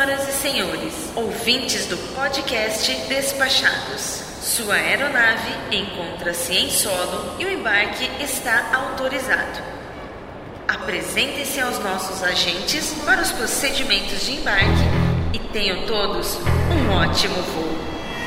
Senhoras e senhores, ouvintes do podcast Despachados, sua aeronave encontra-se em solo e o embarque está autorizado. Apresentem-se aos nossos agentes para os procedimentos de embarque e tenham todos um ótimo voo.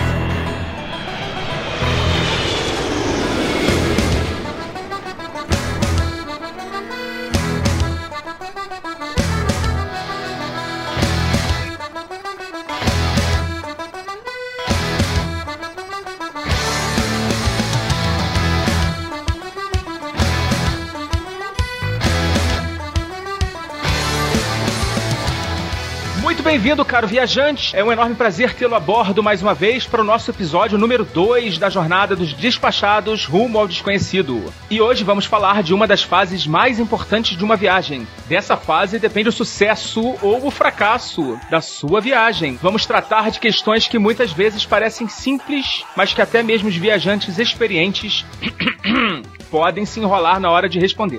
Bem-vindo, caro viajante. É um enorme prazer tê-lo a bordo mais uma vez para o nosso episódio número 2 da jornada dos despachados rumo ao desconhecido. E hoje vamos falar de uma das fases mais importantes de uma viagem. Dessa fase depende o sucesso ou o fracasso da sua viagem. Vamos tratar de questões que muitas vezes parecem simples, mas que até mesmo os viajantes experientes podem se enrolar na hora de responder.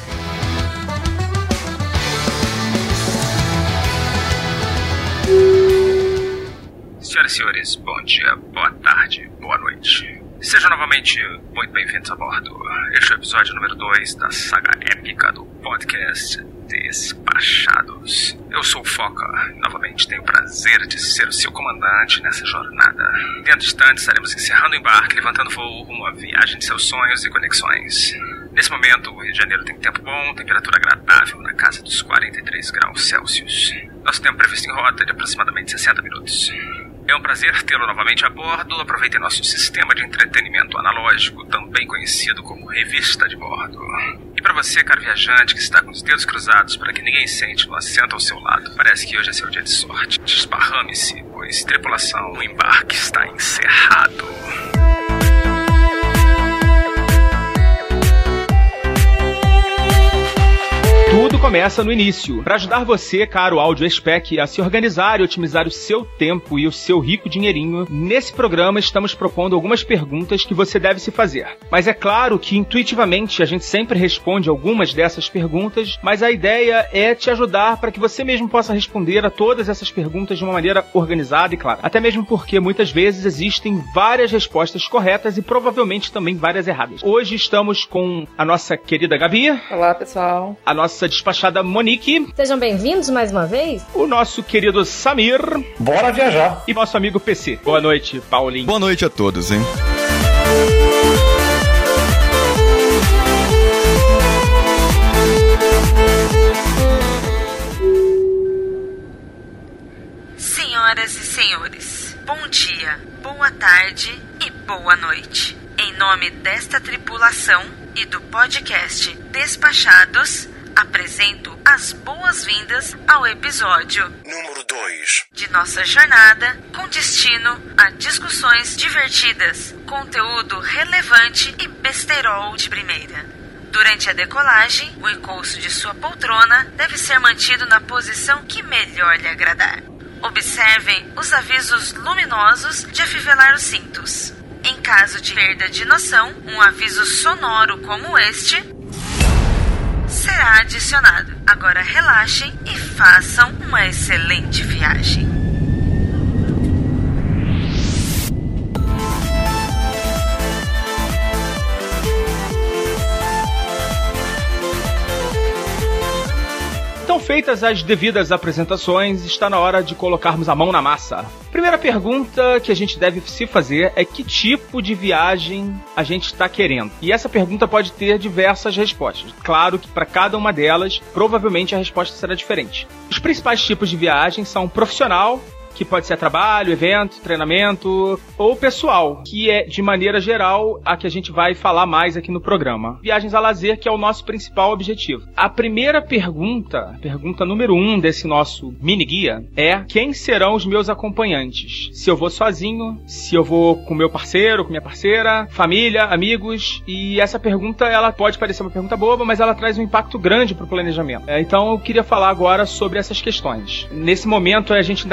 Senhoras e senhores, bom dia, boa tarde, boa noite. Sejam novamente muito bem-vindos a bordo. Este é o episódio número 2 da saga épica do podcast Despachados. Eu sou o Foca e novamente tenho o prazer de ser o seu comandante nessa jornada. Dentro de instantes estaremos encerrando o embarque, levantando voo rumo à viagem de seus sonhos e conexões. Nesse momento, o Rio de Janeiro tem tempo bom, temperatura agradável na casa dos 43 graus Celsius. Nosso tempo previsto em rota é de aproximadamente 60 minutos. É um prazer tê-lo novamente a bordo. Aproveitem nosso sistema de entretenimento analógico, também conhecido como revista de bordo. E para você, caro viajante, que está com os dedos cruzados para que ninguém sente no assento ao seu lado, parece que hoje é seu dia de sorte. Desparrame-se, pois tripulação, o embarque está encerrado. Tudo começa no início. Para ajudar você, caro áudio spec, a se organizar e otimizar o seu tempo e o seu rico dinheirinho, nesse programa estamos propondo algumas perguntas que você deve se fazer. Mas é claro que intuitivamente a gente sempre responde algumas dessas perguntas, mas a ideia é te ajudar para que você mesmo possa responder a todas essas perguntas de uma maneira organizada e clara. Até mesmo porque muitas vezes existem várias respostas corretas e provavelmente também várias erradas. Hoje estamos com a nossa querida Gabi. Olá, pessoal. A nossa despachada Monique. Sejam bem-vindos mais uma vez. O nosso querido Samir. Bora viajar. E nosso amigo PC. Boa noite, Paulinho. Boa noite a todos, hein? Senhoras e senhores, bom dia, boa tarde e boa noite. Em nome desta tripulação e do podcast Despachados, apresento as boas-vindas ao episódio número 2 de nossa jornada com destino a discussões divertidas, conteúdo relevante e besterol de primeira. Durante a decolagem, o encosto de sua poltrona deve ser mantido na posição que melhor lhe agradar. Observem os avisos luminosos de afivelar os cintos. Em caso de perda de noção, um aviso sonoro como este será adicionado. Agora relaxem e façam uma excelente viagem. Então, feitas as devidas apresentações, está na hora de colocarmos a mão na massa. Primeira pergunta que a gente deve se fazer é que tipo de viagem a gente está querendo. E essa pergunta pode ter diversas respostas. Claro que para cada uma delas, provavelmente a resposta será diferente. Os principais tipos de viagem são profissional, que pode ser trabalho, evento, treinamento, ou pessoal, que é, de maneira geral, a que a gente vai falar mais aqui no programa. Viagens a lazer, que é o nosso principal objetivo. A primeira pergunta número 1 desse nosso mini-guia, é quem serão os meus acompanhantes? Se eu vou sozinho, se eu vou com meu parceiro, com minha parceira, família, amigos, e essa pergunta, ela pode parecer uma pergunta boba, mas ela traz um impacto grande para o planejamento. Então, eu queria falar agora sobre essas questões. Nesse momento, a gente ainda nem está falando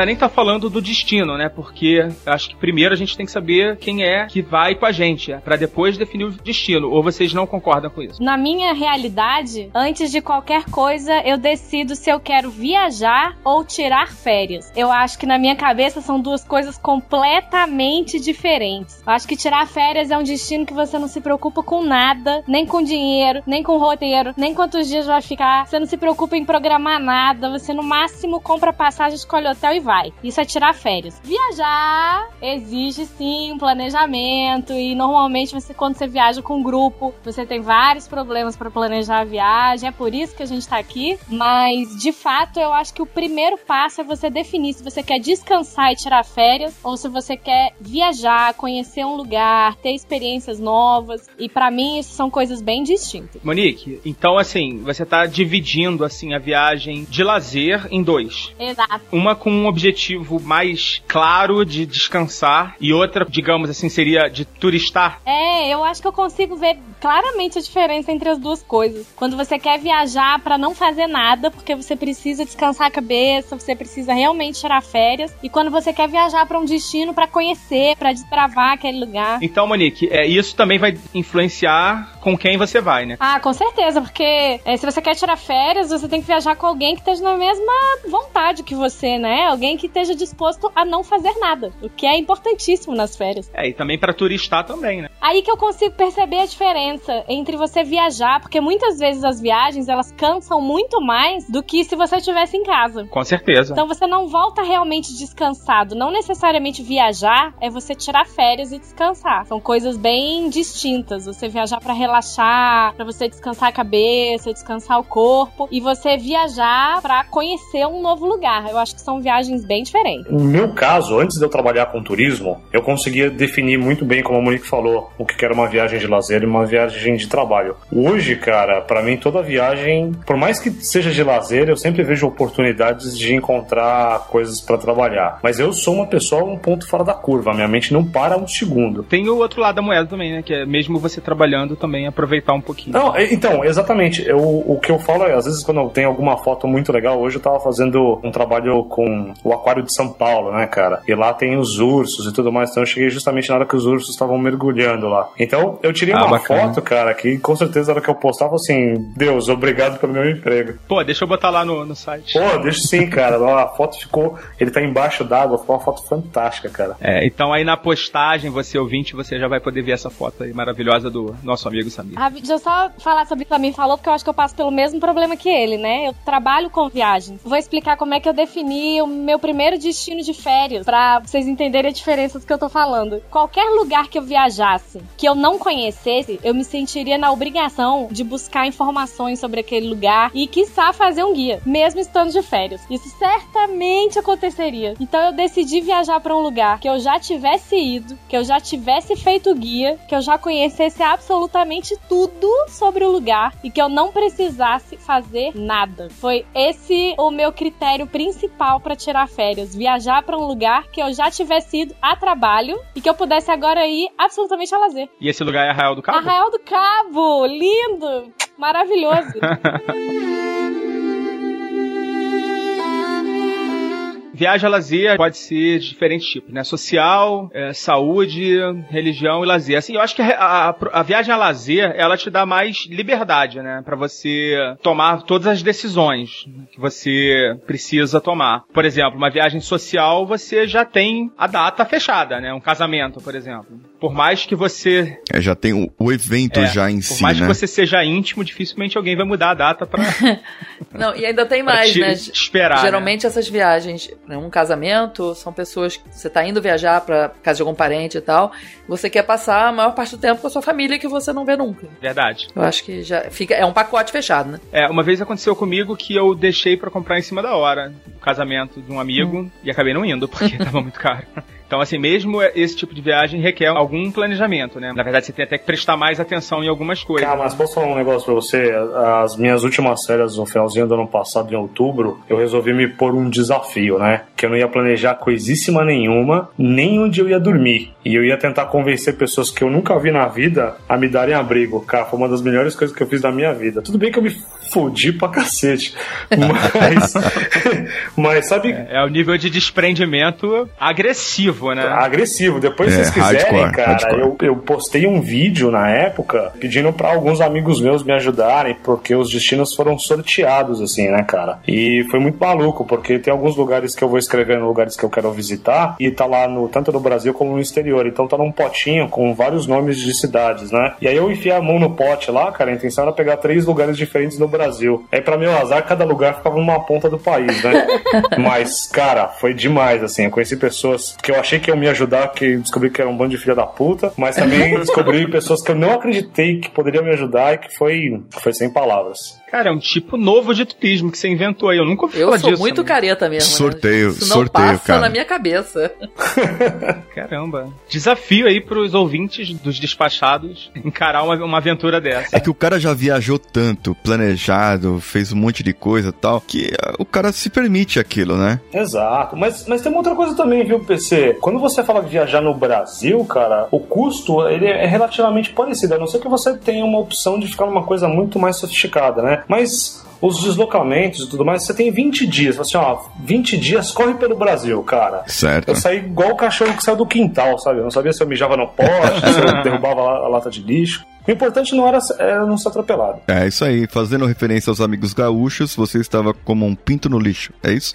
falando do destino, né? Porque acho que primeiro a gente tem que saber quem é que vai com a gente, pra depois definir o destino. Ou vocês não concordam com isso? Na minha realidade, antes de qualquer coisa, eu decido se eu quero viajar ou tirar férias. Eu acho que na minha cabeça são duas coisas completamente diferentes. Eu acho que tirar férias é um destino que você não se preocupa com nada, nem com dinheiro, nem com roteiro, nem quantos dias vai ficar. Você não se preocupa em programar nada, você no máximo compra passagem, escolhe hotel e vai. Isso é tirar férias. Viajar exige sim um planejamento e normalmente quando você viaja com um grupo, você tem vários problemas para planejar a viagem, é por isso que a gente tá aqui, mas de fato eu acho que o primeiro passo é você definir se você quer descansar e tirar férias ou se você quer viajar, conhecer um lugar, ter experiências novas, e pra mim isso são coisas bem distintas. Monique, então assim, você tá dividindo assim a viagem de lazer em dois. Exato. Uma com um objetivo mais claro de descansar e outra, digamos assim, seria de turistar. Eu acho que eu consigo ver claramente a diferença entre as duas coisas. Quando você quer viajar pra não fazer nada, porque você precisa descansar a cabeça, você precisa realmente tirar férias, e quando você quer viajar pra um destino pra conhecer, pra desbravar aquele lugar. Então, Monique, isso também vai influenciar com quem você vai, né? Ah, com certeza, porque se você quer tirar férias, você tem que viajar com alguém que esteja na mesma vontade que você, né? Alguém que esteja disposto a não fazer nada, o que é importantíssimo nas férias. E também pra turistar também, né? Aí que eu consigo perceber a diferença entre você viajar, porque muitas vezes as viagens, elas cansam muito mais do que se você estivesse em casa. Com certeza. Então você não volta realmente descansado. Não necessariamente viajar é você tirar férias e descansar. São coisas bem distintas. Você viajar pra relaxar, pra você descansar a cabeça, descansar o corpo, e você viajar pra conhecer um novo lugar. Eu acho que são viagens bem diferentes. No meu caso, antes de eu trabalhar com turismo, eu conseguia definir muito bem, como a Monique falou, o que era uma viagem de lazer e uma viagem de trabalho. Hoje, cara, pra mim toda viagem, por mais que seja de lazer, eu sempre vejo oportunidades de encontrar coisas pra trabalhar. Mas eu sou uma pessoa um ponto fora da curva, minha mente não para um segundo. Tem o outro lado da moeda também, né? Que é mesmo você trabalhando também aproveitar um pouquinho. Não, então, exatamente. O que eu falo é, às vezes quando eu tenho alguma foto muito legal, hoje eu tava fazendo um trabalho com o Aquário de São Paulo, né, cara? E lá tem os ursos e tudo mais, então eu cheguei justamente na hora que os ursos estavam mergulhando lá. Então, eu tirei uma foto, cara, que com certeza na hora que eu postava, assim, Deus, obrigado pelo meu emprego. Pô, deixa eu botar lá no site. Pô, deixa sim, cara. A foto ficou, ele tá embaixo d'água, ficou uma foto fantástica, cara. Então aí na postagem, você ouvinte, você já vai poder ver essa foto aí maravilhosa do nosso amigo Samir. Deixa eu só falar sobre o que o Samir falou, porque eu acho que eu passo pelo mesmo problema que ele, né? Eu trabalho com viagens. Vou explicar como é que eu defini o meu primeiro destino de férias, pra vocês entenderem a diferença do que eu tô falando. Qualquer lugar que eu viajasse, que eu não conhecesse, eu me sentiria na obrigação de buscar informações sobre aquele lugar e, quiçá, fazer um guia, mesmo estando de férias. Isso certamente aconteceria. Então eu decidi viajar pra um lugar que eu já tivesse ido, que eu já tivesse feito guia, que eu já conhecesse absolutamente tudo sobre o lugar e que eu não precisasse fazer nada. Foi esse o meu critério principal pra tirar férias. Viajar pra um lugar que eu já tivesse ido a trabalho e que eu pudesse agora ir absolutamente a lazer. E esse lugar é Arraial do Cabo? Arraial do Cabo! Lindo! Maravilhoso! Viagem a lazer pode ser de diferentes tipos, né? Social, saúde, religião e lazer. Assim, eu acho que a viagem a lazer, ela te dá mais liberdade, né? Pra você tomar todas as decisões que você precisa tomar. Por exemplo, uma viagem social, você já tem a data fechada, né? Um casamento, por exemplo. Por mais que você... já tem o evento já em si, né? Por mais que você seja íntimo, dificilmente alguém vai mudar a data pra... Não, e ainda tem mais, né? Esperar, geralmente, né? Essas viagens, um casamento, são pessoas que você tá indo viajar pra casa de algum parente e tal, você quer passar a maior parte do tempo com a sua família que você não vê nunca. Verdade. Eu acho que já fica... É um pacote fechado, né? Uma vez aconteceu comigo que eu deixei pra comprar em cima da hora o casamento de um amigo e acabei não indo, porque tava muito caro. Então, assim, mesmo esse tipo de viagem requer algum planejamento, né? Na verdade, você tem até que prestar mais atenção em algumas coisas. Cara, mas posso falar um negócio pra você? As minhas últimas férias, no finalzinho do ano passado, em outubro, eu resolvi me pôr um desafio, né? Que eu não ia planejar coisíssima nenhuma, nem onde eu ia dormir. E eu ia tentar convencer pessoas que eu nunca vi na vida a me darem abrigo. Cara, foi uma das melhores coisas que eu fiz na minha vida. Tudo bem que eu me fodi pra cacete. Mas sabe... É o nível de desprendimento agressivo, né? Agressivo. Depois, se vocês quiserem, cara, eu postei um vídeo na época pedindo pra alguns amigos meus me ajudarem, porque os destinos foram sorteados, assim, né, cara? E foi muito maluco, porque tem alguns lugares que eu vou escrevendo, lugares que eu quero visitar, e tá lá tanto no Brasil como no exterior. Então tá num potinho com vários nomes de cidades, né? E aí eu enfiei a mão no pote lá, cara, a intenção era pegar 3 lugares diferentes no Brasil. Aí, pra meu azar, cada lugar ficava numa ponta do país, né? Mas, cara, foi demais, assim. Eu conheci pessoas que eu achei que iam me ajudar, que descobri que era um bando de filha da puta, mas também descobri pessoas que eu não acreditei que poderiam me ajudar e que foi sem palavras. Cara, é um tipo novo de turismo que você inventou aí. Eu nunca ouvi falar disso. Eu sou muito careta mesmo. Sorteio, né? Isso não passa cara. na minha cabeça. Caramba. Desafio aí pros ouvintes dos despachados encarar uma aventura dessa. É que o cara já viajou tanto, planejado, fez um monte de coisa e tal, que o cara se permite aquilo, né? Exato. Mas tem uma outra coisa também, viu, PC? Quando você fala de viajar no Brasil, cara, o custo, ele é relativamente parecido. A não ser que você tenha uma opção de ficar numa coisa muito mais sofisticada, né? Mas os deslocamentos e tudo mais, você tem 20 dias. Assim, 20 dias, corre pelo Brasil, cara. Certo. Eu saí igual o cachorro que saiu do quintal, sabe? Eu não sabia se eu mijava no poste, se eu derrubava a lata de lixo. O importante não era não ser atropelado. É isso aí. Fazendo referência aos amigos gaúchos, você estava como um pinto no lixo. É isso?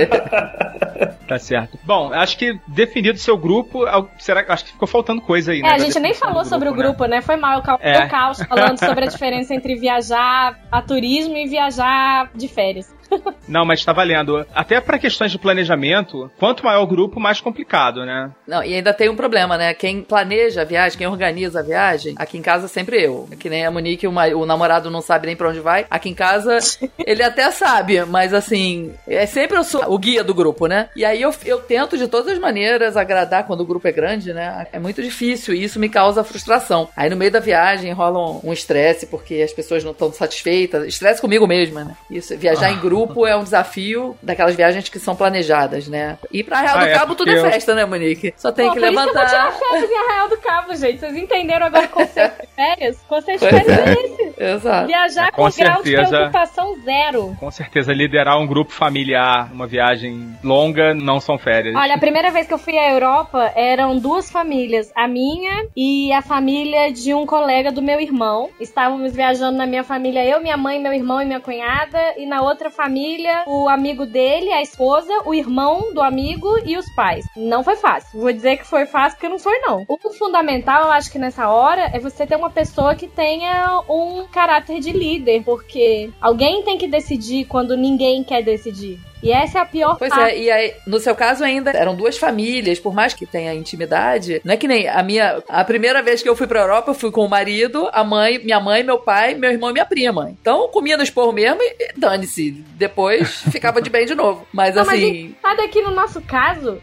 Tá certo. Bom, acho que definido seu grupo, acho que ficou faltando coisa aí, né? A gente nem falou sobre o grupo, né? Foi mal, o caos falando sobre a diferença entre viajar a turismo e viajar de férias. Não, mas tá valendo. Até pra questões de planejamento, quanto maior o grupo, mais complicado, né? Não, e ainda tem um problema, né? Quem planeja a viagem, quem organiza a viagem, aqui em casa sempre eu. Que nem a Monique, o namorado não sabe nem pra onde vai. Aqui em casa, ele até sabe, mas assim, é sempre eu sou o guia do grupo, né? E aí eu tento de todas as maneiras agradar quando o grupo é grande, né? É muito difícil e isso me causa frustração. Aí no meio da viagem rola um estresse, porque as pessoas não estão satisfeitas. Estresse comigo mesma, né? Isso, viajar em grupo é um desafio daquelas viagens que são planejadas, né? E pra Arraial do Cabo tudo é festa, né, Monique? Só tem que levantar. Por isso que eu vou tirar férias em Arraial do Cabo, gente. Vocês entenderam agora o conceito de férias? O conceito de férias é esse. Exato. Viajar com grau de preocupação zero. Com certeza, liderar um grupo familiar, uma viagem longa, não são férias. Olha, a primeira vez que eu fui à Europa, eram 2 famílias. A minha e a família de um colega do meu irmão. Estávamos viajando na minha família, eu, minha mãe, meu irmão e minha cunhada. E na outra família, o amigo dele, a esposa, o irmão do amigo e os pais. Não foi fácil. Vou dizer que foi fácil porque não foi, não. O fundamental, eu acho que nessa hora, é você ter uma pessoa que tenha um caráter de líder, porque alguém tem que decidir quando ninguém quer decidir. E essa é a pior parte. Pois é, e aí, no seu caso ainda, eram 2 famílias, por mais que tenha intimidade, não é que nem a primeira vez que eu fui pra Europa, eu fui com o marido, minha mãe, meu pai, meu irmão e minha prima. Então, comia no esporro mesmo e dane-se. Depois, ficava de bem de novo. Mas assim... Mas sabe, aqui no nosso caso,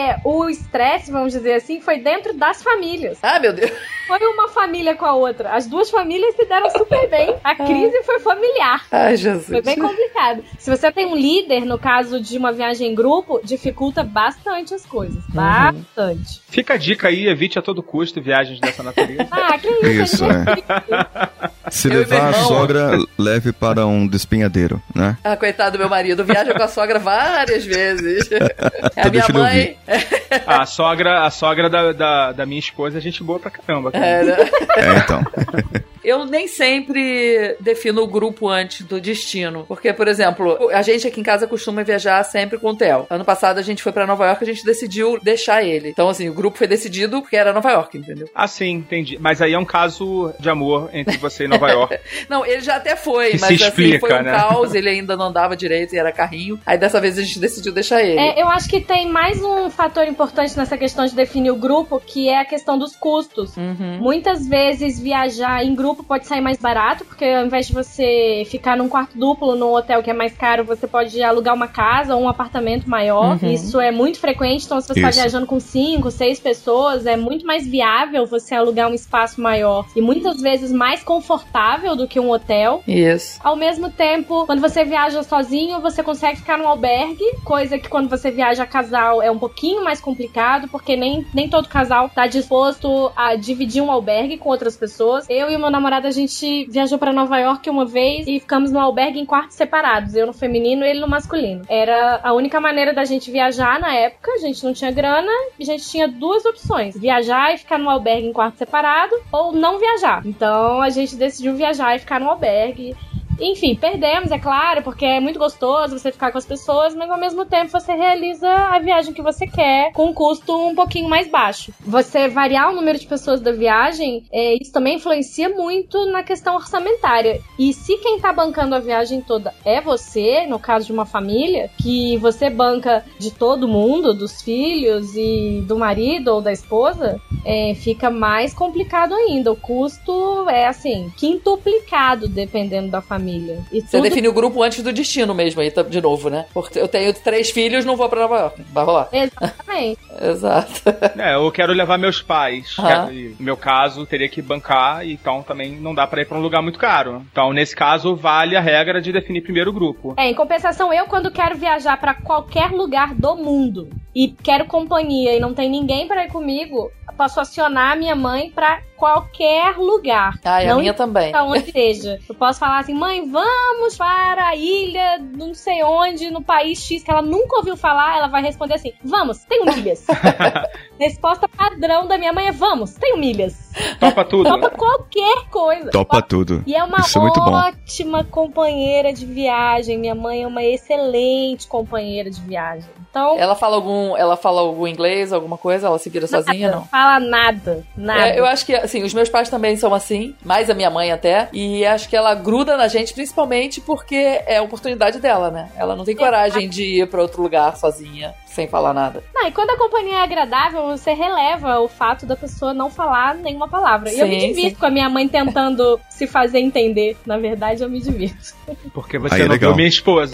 o estresse, vamos dizer assim, foi dentro das famílias. Ah, meu Deus. Foi uma família com a outra. As 2 famílias se deram super bem. A crise foi familiar. Ai, Jesus. Foi bem complicado. Se você tem um líder, no caso de uma viagem em grupo, dificulta bastante as coisas. Bastante. Fica a dica aí, evite a todo custo viagens dessa natureza. Que isso, Se levar a sogra, leve para um despenhadeiro, né? Ah, coitado do meu marido, viaja com a sogra várias vezes. A minha deixa ele mãe... A sogra da minha esposa é gente boa pra caramba. Então. Eu nem sempre defino o grupo antes do destino. Porque, por exemplo, a gente aqui em casa costuma viajar sempre com o Theo. Ano passado a gente foi pra Nova York, a gente decidiu deixar ele. Então, assim, o grupo foi decidido porque era Nova York, entendeu? Ah, sim, entendi. Mas aí é um caso de amor entre você e Nova York. Não, ele já até foi, que mas se explica, assim, foi um né? caos, ele ainda não andava direito e era carrinho. Aí dessa vez a gente decidiu deixar ele. Eu acho que tem mais um fator importante nessa questão de definir o grupo, que é a questão dos custos. Muitas vezes viajar em grupo pode sair mais barato, porque ao invés de você ficar num quarto duplo num hotel que é mais caro, você pode alugar uma casa ou um apartamento maior. Isso é muito frequente, então se você está viajando com 5, 6 pessoas, é muito mais viável você alugar um espaço maior e muitas vezes mais confortável do que um hotel. Isso. Ao mesmo tempo, quando você viaja sozinho, você consegue ficar num albergue, coisa que quando você viaja a casal é um pouquinho mais complicado, porque nem todo casal tá disposto a dividir um albergue com outras pessoas. Eu e o meu namorado namorado, a gente viajou pra Nova York uma vez e ficamos no albergue em quartos separados. Eu no feminino e ele no masculino. Era a única maneira da gente viajar na época. A gente não tinha grana e a gente tinha duas opções. Viajar e ficar no albergue em quarto separado ou não viajar. Então a gente decidiu viajar e ficar no albergue. Enfim, perdemos, é claro, porque é muito gostoso você ficar com as pessoas, mas ao mesmo tempo você realiza a viagem que você quer com um custo um pouquinho mais baixo. Você variar o número de pessoas da viagem, isso também influencia muito na questão orçamentária. E se quem tá bancando a viagem toda é você, no caso de uma família, que você banca de todo mundo, dos filhos e do marido ou da esposa, fica mais complicado ainda. O custo é, assim, quintuplicado dependendo da família. E você define o grupo antes do destino mesmo aí, de novo, né? Porque eu tenho 3 filhos, não vou pra Nova York. Vai rolar. Exatamente. Exato. Eu quero levar meus pais. No meu caso, teria que bancar, então também não dá pra ir pra um lugar muito caro. Então, nesse caso, vale a regra de definir primeiro o grupo. Em compensação, eu quando quero viajar pra qualquer lugar do mundo e quero companhia e não tem ninguém pra ir comigo, posso acionar a minha mãe pra qualquer lugar. A minha também. Onde seja. Eu posso falar assim, mãe, vamos para a ilha, não sei onde, no país X, que ela nunca ouviu falar, ela vai responder assim, vamos, tenho milhas. Resposta padrão da minha mãe é, vamos, tenho milhas. Topa tudo. Topa qualquer coisa. Topa tudo. E é uma ótima companheira de viagem. Minha mãe é uma excelente companheira de viagem. Então, ela fala algum inglês, alguma coisa? Ela se vira sozinha, não? Não fala nada. Eu acho que, assim, os meus pais também são assim, mais a minha mãe até, e acho que ela gruda na gente principalmente porque é a oportunidade dela, né? Ela não tem coragem de ir pra outro lugar sozinha, sem falar nada. Não, e quando a companhia é agradável, você releva o fato da pessoa não falar nenhuma palavra. E eu me divirto com a minha mãe tentando se fazer entender. Na verdade, eu me divirto. Porque você não viu minha esposa.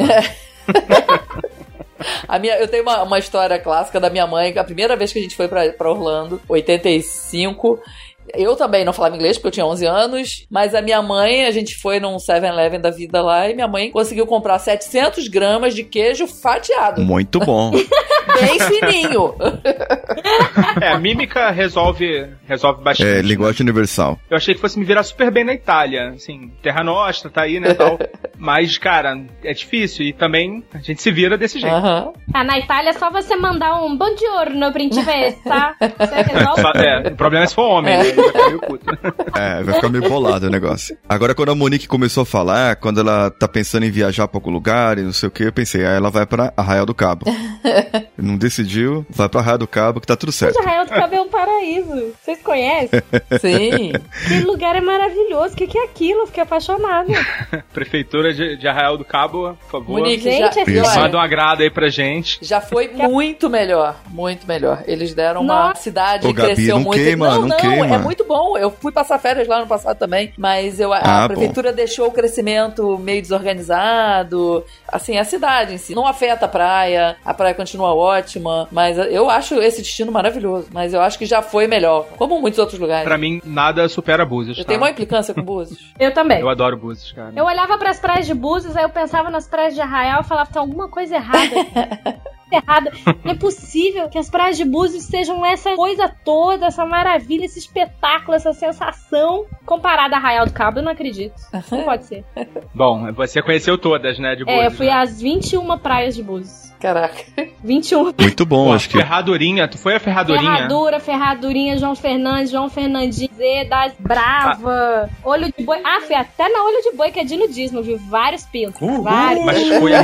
Eu tenho uma história clássica da minha mãe, a primeira vez que a gente foi pra Orlando, 85. Eu também não falava inglês porque eu tinha 11 anos, mas a minha mãe, a gente foi num 7-Eleven da vida lá e minha mãe conseguiu comprar 700 gramas de queijo fatiado. Muito bom. Bem fininho. A mímica resolve bastante. Linguagem universal. Eu achei que fosse me virar super bem na Itália, assim, Terra Nostra, tá aí, né, tal. Mas, cara, é difícil e também a gente se vira desse jeito. Na Itália é só você mandar um buongiorno, principessa. Você resolve. O problema é se for homem, né? Vai ficar meio puto. Vai ficar meio bolado o negócio. Agora, quando a Monique começou a falar, quando ela tá pensando em viajar pra algum lugar e não sei o que, eu pensei, ela vai pra Arraial do Cabo. Não decidiu, vai pra Arraial do Cabo que tá tudo certo. Mas Arraial do Cabo é um paraíso. Vocês conhecem? Sim. Aquele lugar é maravilhoso. O que é aquilo? Eu fiquei apaixonada. Prefeitura de Arraial do Cabo, por favor. Monique, manda um agrado aí pra gente. Já foi muito melhor. Muito melhor. Eles deram uma cidade que cresceu Gabi, muito. Não queima. É muito bom. Eu fui passar férias lá no passado também, mas a prefeitura deixou o crescimento meio desorganizado. Assim, a cidade em si. Não afeta a praia continua ótima, mas eu acho esse destino maravilhoso. Mas eu acho que já foi melhor, como muitos outros lugares. Pra mim, nada supera Búzios. Eu tenho uma implicância com Búzios. Eu também. Eu adoro Búzios, cara. Eu olhava pras praias de Búzios, aí eu pensava nas praias de Arraial e falava, tem alguma coisa errada. Errada. Não é possível que as praias de Búzios sejam essa coisa toda, essa maravilha, esse espetáculo, essa sensação. Comparada a Arraial do Cabo, eu não acredito. Não pode ser. Bom, você conheceu todas, né, de Búzios? Eu fui às 21 praias de Búzios. Caraca. 21. Muito bom, acho que... Ferradurinha, tu foi a Ferradurinha? Ferradurinha, João Fernandes, João Fernandinho, Zedas, Brava, Olho de Boi. Fui até na Olho de Boi, que é de nudismo, viu? Vários pintos. Vários. Mas foi a...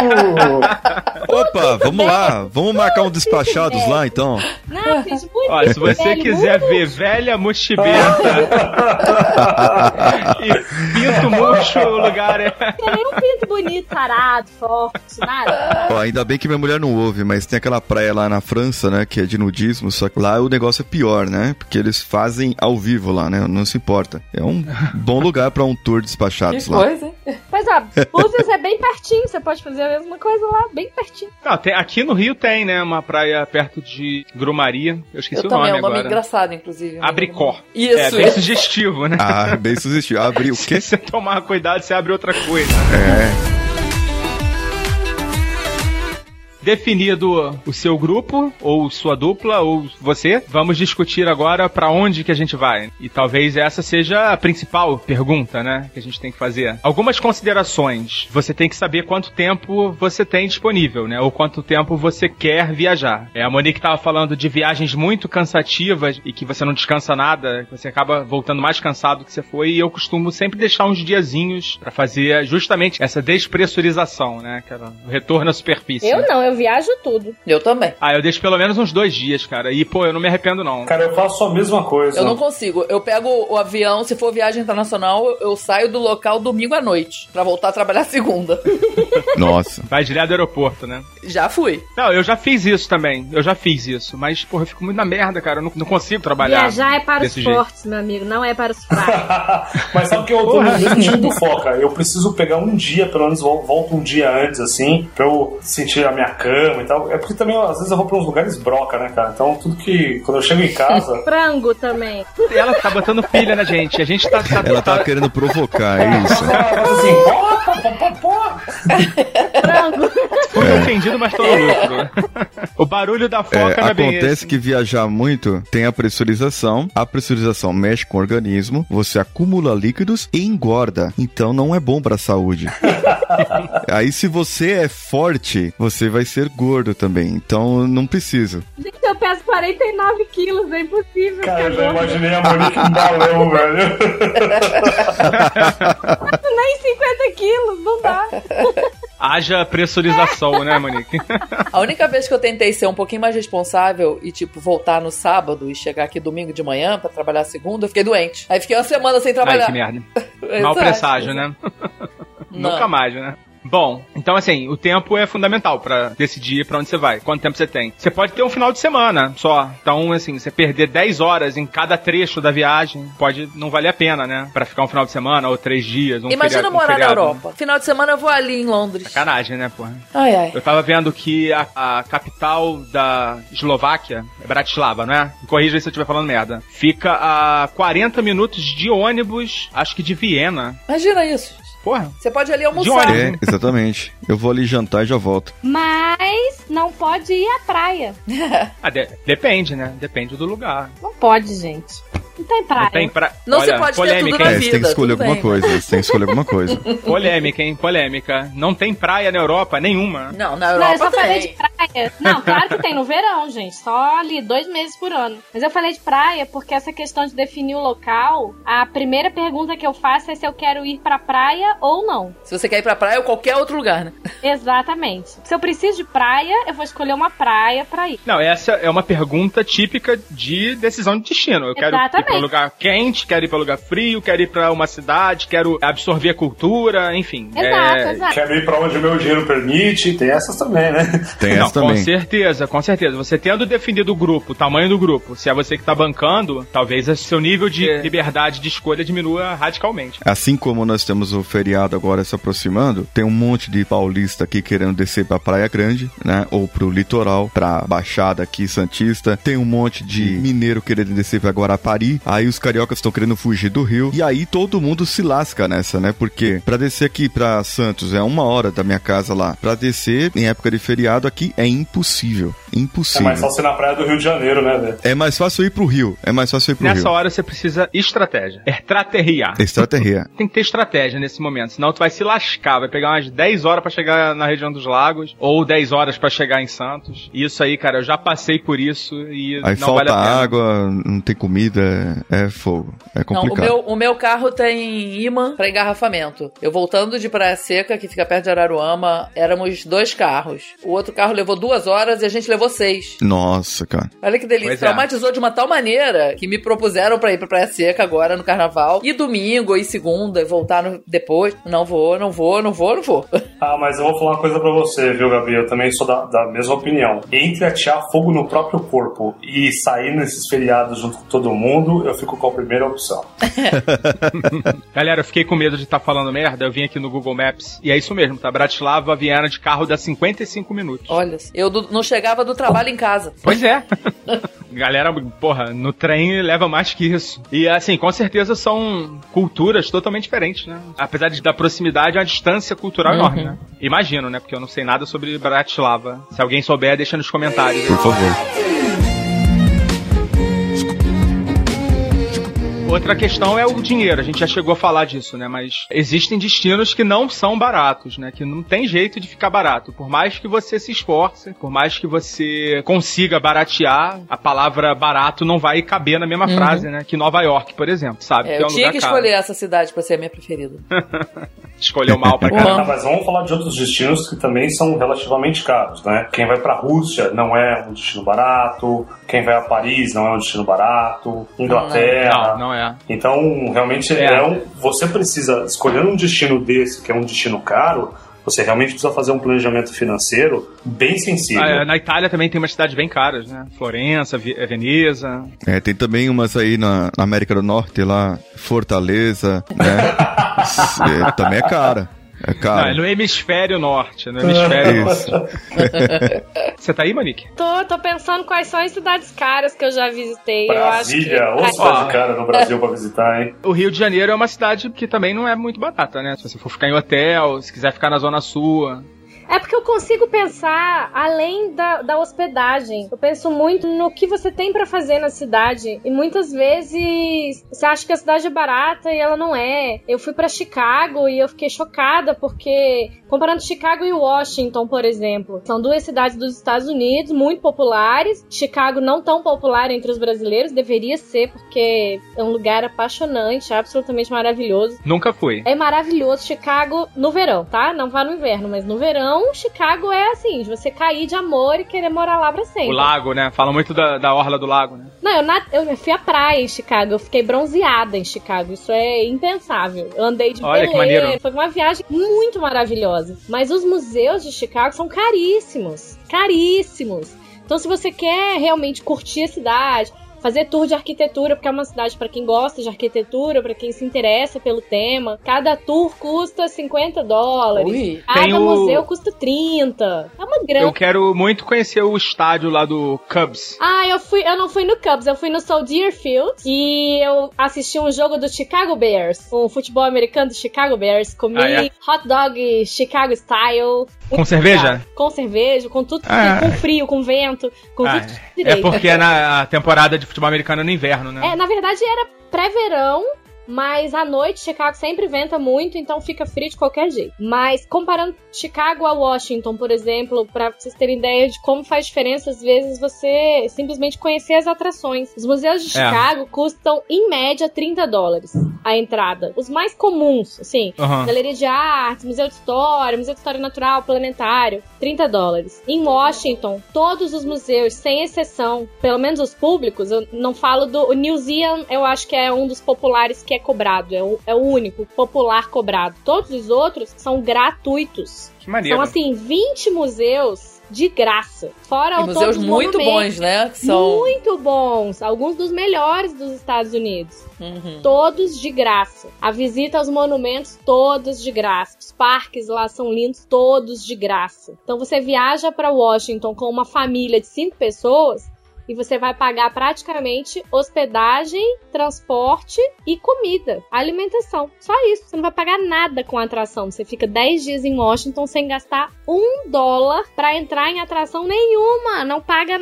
Opa, vamos lá. Vamos marcar um despachados lá, então. Não, fiz muito. Olha, se você quiser ver velha mochibenta e pinto murcho, o lugar é... Não tem nenhum pinto bonito, sarado, forte, nada. Ainda bem que minha mulher não ouve, mas tem aquela praia lá na França, né, que é de nudismo, só que lá o negócio é pior, né, porque eles fazem ao vivo lá, né, não se importa. É um bom lugar pra um tour despachados lá. Coisa, hein? Pois Búzios é bem pertinho, você pode fazer a mesma coisa lá, bem pertinho. Não, aqui no Rio tem, né, uma praia perto de Grumaria, eu esqueci o nome agora. É um nome engraçado, inclusive. Abricó. Isso. É bem sugestivo, né? Bem sugestivo. Abrir o quê? Se você tomar cuidado, você abre outra coisa. Definido o seu grupo, ou sua dupla, ou você, vamos discutir agora pra onde que a gente vai. E talvez essa seja a principal pergunta, né, que a gente tem que fazer. Algumas considerações. Você tem que saber quanto tempo você tem disponível, né, ou quanto tempo você quer viajar. A Monique tava falando de viagens muito cansativas e que você não descansa nada, você acaba voltando mais cansado do que você foi, e eu costumo sempre deixar uns diazinhos pra fazer justamente essa despressurização, né, cara, o retorno à superfície. Eu não, eu viajo tudo. Eu também. Eu deixo pelo menos uns 2 dias, cara, e pô, eu não me arrependo não. Cara, eu faço a mesma coisa. Eu não consigo. Eu pego o avião, se for viagem internacional, eu saio do local domingo à noite, pra voltar a trabalhar segunda. Nossa. Vai direto do aeroporto, né? Já fui. Não, eu já fiz isso também. Eu já fiz isso. Mas, porra, eu fico muito na merda, cara. Eu não consigo trabalhar. Viajar é para os jeito. fortes, meu amigo. Não é para os fracos. Mas sabe que eu tô no mesmo time do Foca. Eu preciso pegar um dia, pelo menos volto um dia antes, assim, pra eu sentir a minha cama e tal. É porque também, às vezes, eu vou pra uns lugares broca, né, cara? Então, tudo que... Quando eu chego em casa... Frango também. E ela tá botando pilha na gente. A gente tá... Ela tava querendo provocar, é isso. Mas assim, Frango. Foi ofendido, mas tô no lucro. O barulho da foca não é bem acontece esse. que viajar muito tem a pressurização mexe com o organismo, você acumula líquidos e engorda, então não é bom pra saúde. Aí se você é forte, você vai ser gordo também, então não precisa. Gente, eu peso 49 quilos, é impossível. cara, eu já imaginei a Monique um balão, velho. Nem 50 quilos, não dá. Haja pressurização, né, Monique? A única vez que eu tentei ser um pouquinho mais responsável e, tipo, voltar no sábado e chegar aqui domingo de manhã pra trabalhar segunda, eu fiquei doente. Aí fiquei uma semana sem trabalhar. Ai, que merda. Mau presságio, né? Nunca mais, né? Bom, então assim, o tempo é fundamental pra decidir pra onde você vai, quanto tempo você tem. Você pode ter um final de semana só, então assim, você perder 10 horas em cada trecho da viagem pode não valer a pena, né? Pra ficar um final de semana ou 3 dias, Imagina morar na Europa. Final de semana eu vou ali em Londres. Sacanagem, né, porra? Ai, ai. Eu tava vendo que a capital da Eslováquia é Bratislava, não é? Me corrija aí se eu estiver falando merda. Fica a 40 minutos de ônibus, acho que de Viena. Imagina isso. Porra. Você pode ir ali almoçar. É, exatamente. Eu vou ali jantar e já volto. Mas não pode ir à praia. Depende, né? Depende do lugar. Não pode, gente. Não tem praia. Não tem praia. Não Olha, se pode polêmica, ter tudo na hein? vida. Você tem que escolher tudo alguma bem, coisa. Você tem que escolher alguma coisa. Polêmica, hein? Polêmica. Não tem praia na Europa nenhuma. Não, na Não, Europa eu só falei de tem. praia. Não, claro que tem no verão, gente. Só ali 2 meses por ano. Mas eu falei de praia porque essa questão de definir o local, a primeira pergunta que eu faço é se eu quero ir pra praia ou não. Se você quer ir pra praia ou qualquer outro lugar, né? Exatamente. Se eu preciso de praia, eu vou escolher uma praia pra ir. Não, essa é uma pergunta típica de decisão de destino. Eu quero ir pra um lugar quente, quero ir pra um lugar frio, quero ir pra uma cidade, quero absorver a cultura, enfim. Exato. Quero ir pra onde o meu dinheiro permite, tem essas também, né? Tem essa Com também. certeza, com certeza. Você tendo definido o grupo, o tamanho do grupo, se é você que tá bancando, talvez o seu nível de liberdade de escolha diminua radicalmente. Assim como nós temos o feriado agora se aproximando, tem um monte de paulista aqui querendo descer pra Praia Grande, né? Ou pro litoral, pra Baixada aqui, Santista. Tem um monte de mineiro querendo descer pra Guarapari. Aí os cariocas estão querendo fugir do Rio. E aí todo mundo se lasca nessa, né? Porque pra descer aqui pra Santos é 1 hora da minha casa lá. Pra descer em época de feriado aqui é impossível. Impossível. É mais fácil ir na praia do Rio de Janeiro, né, velho? É mais fácil ir pro Rio. Nessa hora você precisa estratégia. Estratégia. Estratégia. Tem que ter estratégia nesse momento, senão tu vai se lascar, vai pegar umas 10 horas pra chegar na região dos lagos, ou 10 horas pra chegar em Santos. E isso aí, cara, eu já passei por isso e aí não falta vale a pena. água, não tem comida, é fogo. É complicado. Não, o meu carro tem imã pra engarrafamento. Eu voltando de Praia Seca, que fica perto de Araruama, éramos 2 carros. O outro carro levou 2 horas e a gente levou 6. Nossa, cara. Olha que delícia. Pois é. Traumatizou de uma tal maneira que me propuseram pra ir pra Praia Seca agora no carnaval. E domingo, e segunda, e voltar depois. Não vou. Ah, mas eu vou falar uma coisa pra você, viu, Gabi? Eu também sou da mesma opinião. Entre atear fogo no próprio corpo e sair nesses feriados junto com todo mundo, eu fico com a primeira opção. Galera, eu fiquei com medo de estar falando merda, eu vim aqui no Google Maps, e é isso mesmo, tá? Bratislava, Viena de carro dá 55 minutos. Olha, eu não chegava do trabalho em casa. Pois é. Galera, porra, no trem leva mais que isso. E assim, com certeza são culturas totalmente diferentes, né? Apesar da proximidade, é uma distância cultural enorme, né? Imagino, né? Porque eu não sei nada sobre Bratislava. Se alguém souber, deixa nos comentários. Por favor. Outra questão é o dinheiro, a gente já chegou a falar disso, né? Mas existem destinos que não são baratos, né? Que não tem jeito de ficar barato. Por mais que você se esforce, por mais que você consiga baratear, a palavra barato não vai caber na mesma frase, né? Que Nova York, por exemplo, sabe? Que é um eu tinha lugar que caro. escolher essa cidade pra ser a minha preferida. Escolheu mal pra caramba. Mas vamos falar de outros destinos que também são relativamente caros, né? Quem vai pra Rússia não é um destino barato, quem vai a Paris não é um destino barato, Inglaterra... Não é. Então, realmente, você precisa, escolhendo um destino desse, que é um destino caro, você realmente precisa fazer um planejamento financeiro bem sensível. Na Itália também tem umas cidades bem caras, né? Florença, Veneza. Tem também umas aí na América do Norte, lá, Fortaleza, né? Também é cara. É caro. Não, é no hemisfério norte. No hemisfério norte. Você tá aí, Monique? Tô pensando quais são as cidades caras que eu já visitei. Brasília, eu acho que... ou cidade cara no Brasil pra visitar, hein? O Rio de Janeiro é uma cidade que também não é muito barata, né? Se você for ficar em hotel, se quiser ficar na Zona Sul... É porque eu consigo pensar além da hospedagem. Eu penso muito no que você tem pra fazer na cidade. E muitas vezes você acha que a cidade é barata e ela não é. Eu fui pra Chicago e eu fiquei chocada porque, comparando Chicago e Washington, por exemplo, são duas cidades dos Estados Unidos muito populares. Chicago não tão popular entre os brasileiros, deveria ser, porque é um lugar apaixonante, absolutamente maravilhoso. Nunca fui. É maravilhoso Chicago no verão, tá? Não vá no inverno, mas no verão Chicago é assim, de você cair de amor e querer morar lá pra sempre. O lago, né? Fala muito da orla do lago, né? Não, eu fui à praia em Chicago, eu fiquei bronzeada em Chicago, isso é impensável. Eu andei de veleiro, foi uma viagem muito maravilhosa. Mas os museus de Chicago são caríssimos, caríssimos. Então se você quer realmente curtir a cidade, fazer tour de arquitetura, porque é uma cidade para quem gosta de arquitetura, para quem se interessa pelo tema. Cada tour custa $50. Ui. Cada museu custa 30. É uma grana. Eu quero muito conhecer o estádio lá do Cubs. Eu não fui no Cubs, eu fui no Soldier Field e eu assisti um jogo do Chicago Bears, um futebol americano do Chicago Bears. Comi hot dog Chicago style. Com cerveja? Com cerveja, com tudo, com frio, com vento, com tudo direito. É porque é na temporada de futebol americano no inverno, né? Na verdade era pré-verão, mas à noite Chicago sempre venta muito, então fica frio de qualquer jeito. Mas comparando Chicago a Washington, por exemplo, pra vocês terem ideia de como faz diferença, às vezes você simplesmente conhecer as atrações. Os museus de Chicago custam, em média, $30 a entrada. Os mais comuns, assim, Galeria de Artes, Museu de História Natural, Planetário, $30. Em Washington, todos os museus, sem exceção, pelo menos os públicos, eu não falo o Museum, eu acho que é um dos populares que é cobrado, é o único popular cobrado. Todos os outros são gratuitos. Que maneiro. São, assim, 20 museus de graça. Fora e museus muito bons, né? Que são muito bons. Alguns dos melhores dos Estados Unidos. Todos de graça. A visita aos monumentos, todos de graça. Os parques lá são lindos, todos de graça. Então você viaja para Washington com uma família de 5 pessoas e você vai pagar praticamente hospedagem, transporte e comida, alimentação. Só isso. Você não vai pagar nada com a atração. Você fica 10 dias em Washington sem gastar $1 pra entrar em atração nenhuma. Não paga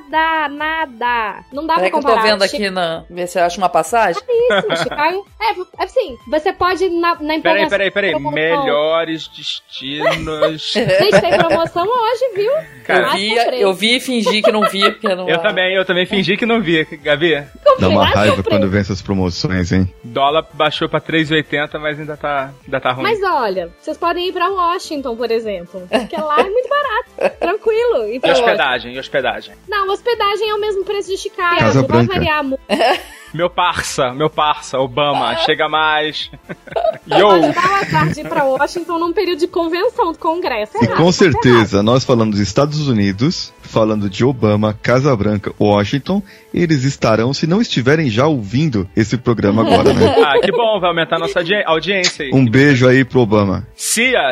nada. Não dá pra comparar. Eu tô vendo aqui ver se eu acho uma passagem. Isso, Chicago. Assim, você pode na empolgação... Peraí. Melhores destinos... Gente, tem promoção hoje, viu? Cara, eu vi e fingi que não vi, porque não... Eu também fingi que não vi, Gabi. Dá uma raiva quando vem essas promoções, hein? Dólar baixou pra 3,80, mas ainda tá ruim. Mas olha, vocês podem ir pra Washington, por exemplo. Porque lá é muito barato. Tranquilo. E hospedagem? Não, hospedagem é o mesmo preço de Chicago. Casa não Branca. vai variar muito. Meu parça, Obama, chega mais. Pode dar o azar de ir pra Washington num período de convenção do Congresso. Com certeza, nós falando dos Estados Unidos, falando de Obama, Casa Branca, Washington, eles estarão, se não estiverem já ouvindo esse programa agora, né? Ah, que bom, vai aumentar a nossa audiência aí. Um beijo aí pro Obama. Cia,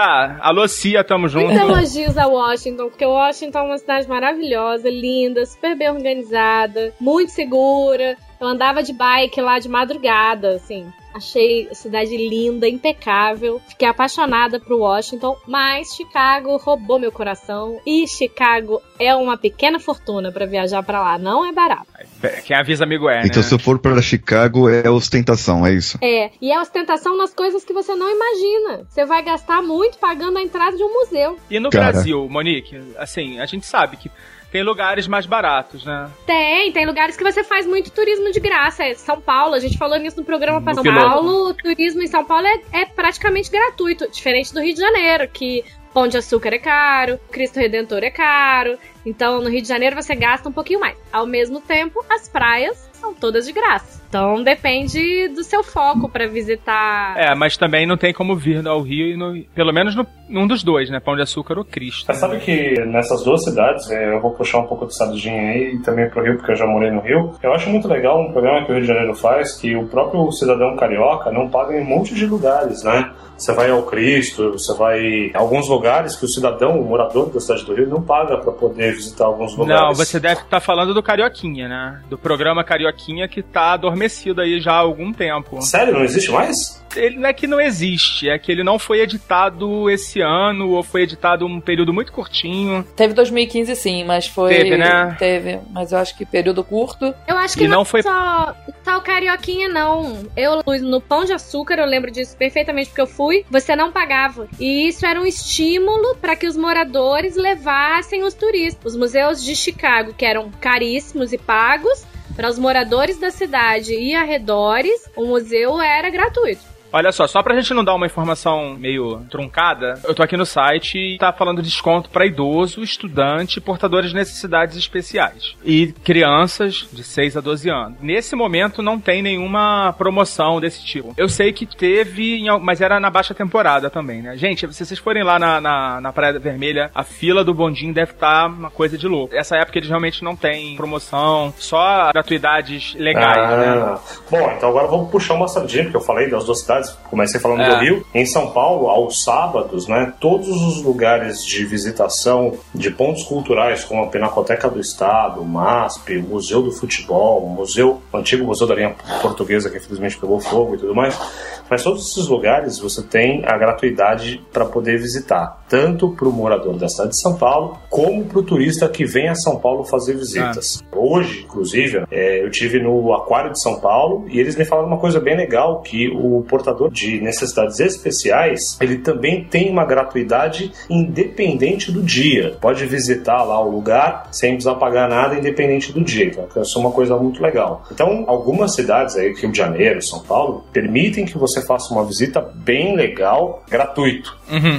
alô Cia, tamo junto. Muitos elogios a Washington, porque Washington é uma cidade maravilhosa, linda, super bem organizada, muito segura. Eu andava de bike lá de madrugada, assim. Achei a cidade linda, impecável. Fiquei apaixonada por Washington, mas Chicago roubou meu coração. E Chicago é uma pequena fortuna pra viajar pra lá, não é barato. Quem avisa amigo é, né? Então se eu for pra Chicago é ostentação, é isso? É, e é ostentação nas coisas que você não imagina. Você vai gastar muito pagando a entrada de um museu. E no Brasil, Monique, assim, a gente sabe que tem lugares mais baratos, né? Tem lugares que você faz muito turismo de graça. São Paulo, a gente falou nisso no programa passado. São Paulo, o turismo em São Paulo é praticamente gratuito, diferente do Rio de Janeiro, que Pão de Açúcar é caro, Cristo Redentor é caro. Então, no Rio de Janeiro você gasta um pouquinho mais. Ao mesmo tempo, as praias são todas de graça. Então, depende do seu foco pra visitar. É, mas também não tem como vir ao Rio, pelo menos num dos dois, né? Pão de Açúcar ou Cristo. Mas sabe que nessas duas cidades, eu vou puxar um pouco do Sardinha aí e também pro Rio, porque eu já morei no Rio. Eu acho muito legal um programa que o Rio de Janeiro faz, que o próprio cidadão carioca não paga em um monte de lugares, né? Você vai ao Cristo, você vai em alguns lugares que o cidadão, o morador da cidade do Rio, não paga pra poder visitar alguns lugares. Não, você deve estar falando do Carioquinha, né? Do programa Carioquinha que tá adormecido aí já há algum tempo. Sério? Não existe mais? Ele não é que não existe, é que ele não foi editado esse ano, ou foi editado um período muito curtinho. Teve 2015 sim, mas foi... Teve, né? Teve, mas eu acho que período curto. Eu acho que não foi só o Carioquinha, não. Eu fui no Pão de Açúcar, eu lembro disso perfeitamente porque eu fui, você não pagava. E isso era um estímulo para que os moradores levassem os turistas. Os museus de Chicago, que eram caríssimos e pagos, para os moradores da cidade e arredores, o museu era gratuito. Olha só pra gente não dar uma informação meio truncada, eu tô aqui no site e tá falando desconto pra idoso, estudante e portadores de necessidades especiais. E crianças de 6 a 12 anos. Nesse momento não tem nenhuma promoção desse tipo. Eu sei que teve, mas era na baixa temporada também, né? Gente, se vocês forem lá na Praia Vermelha, a fila do bondinho deve estar uma coisa de louco. Essa época eles realmente não têm promoção, só gratuidades legais, né? Bom, então agora vamos puxar uma sardinha, porque eu falei das duas cidades. Comecei falando do Rio. Em São Paulo, aos sábados, né, todos os lugares de visitação de pontos culturais, como a Pinacoteca do Estado, o MASP, o Museu do Futebol, o antigo Museu da Linha Portuguesa, que infelizmente pegou fogo e tudo mais, mas todos esses lugares você tem a gratuidade para poder visitar, tanto para o morador da cidade de São Paulo, como para o turista que vem a São Paulo fazer visitas. Hoje, inclusive, eu tive no Aquário de São Paulo e eles me falaram uma coisa bem legal, que o portador de necessidades especiais, ele também tem uma gratuidade independente do dia. Pode visitar lá o lugar sem precisar pagar nada, independente do dia. Então, isso é uma coisa muito legal. Então, algumas cidades aí, Rio de Janeiro, São Paulo, permitem que você faça uma visita bem legal, gratuito.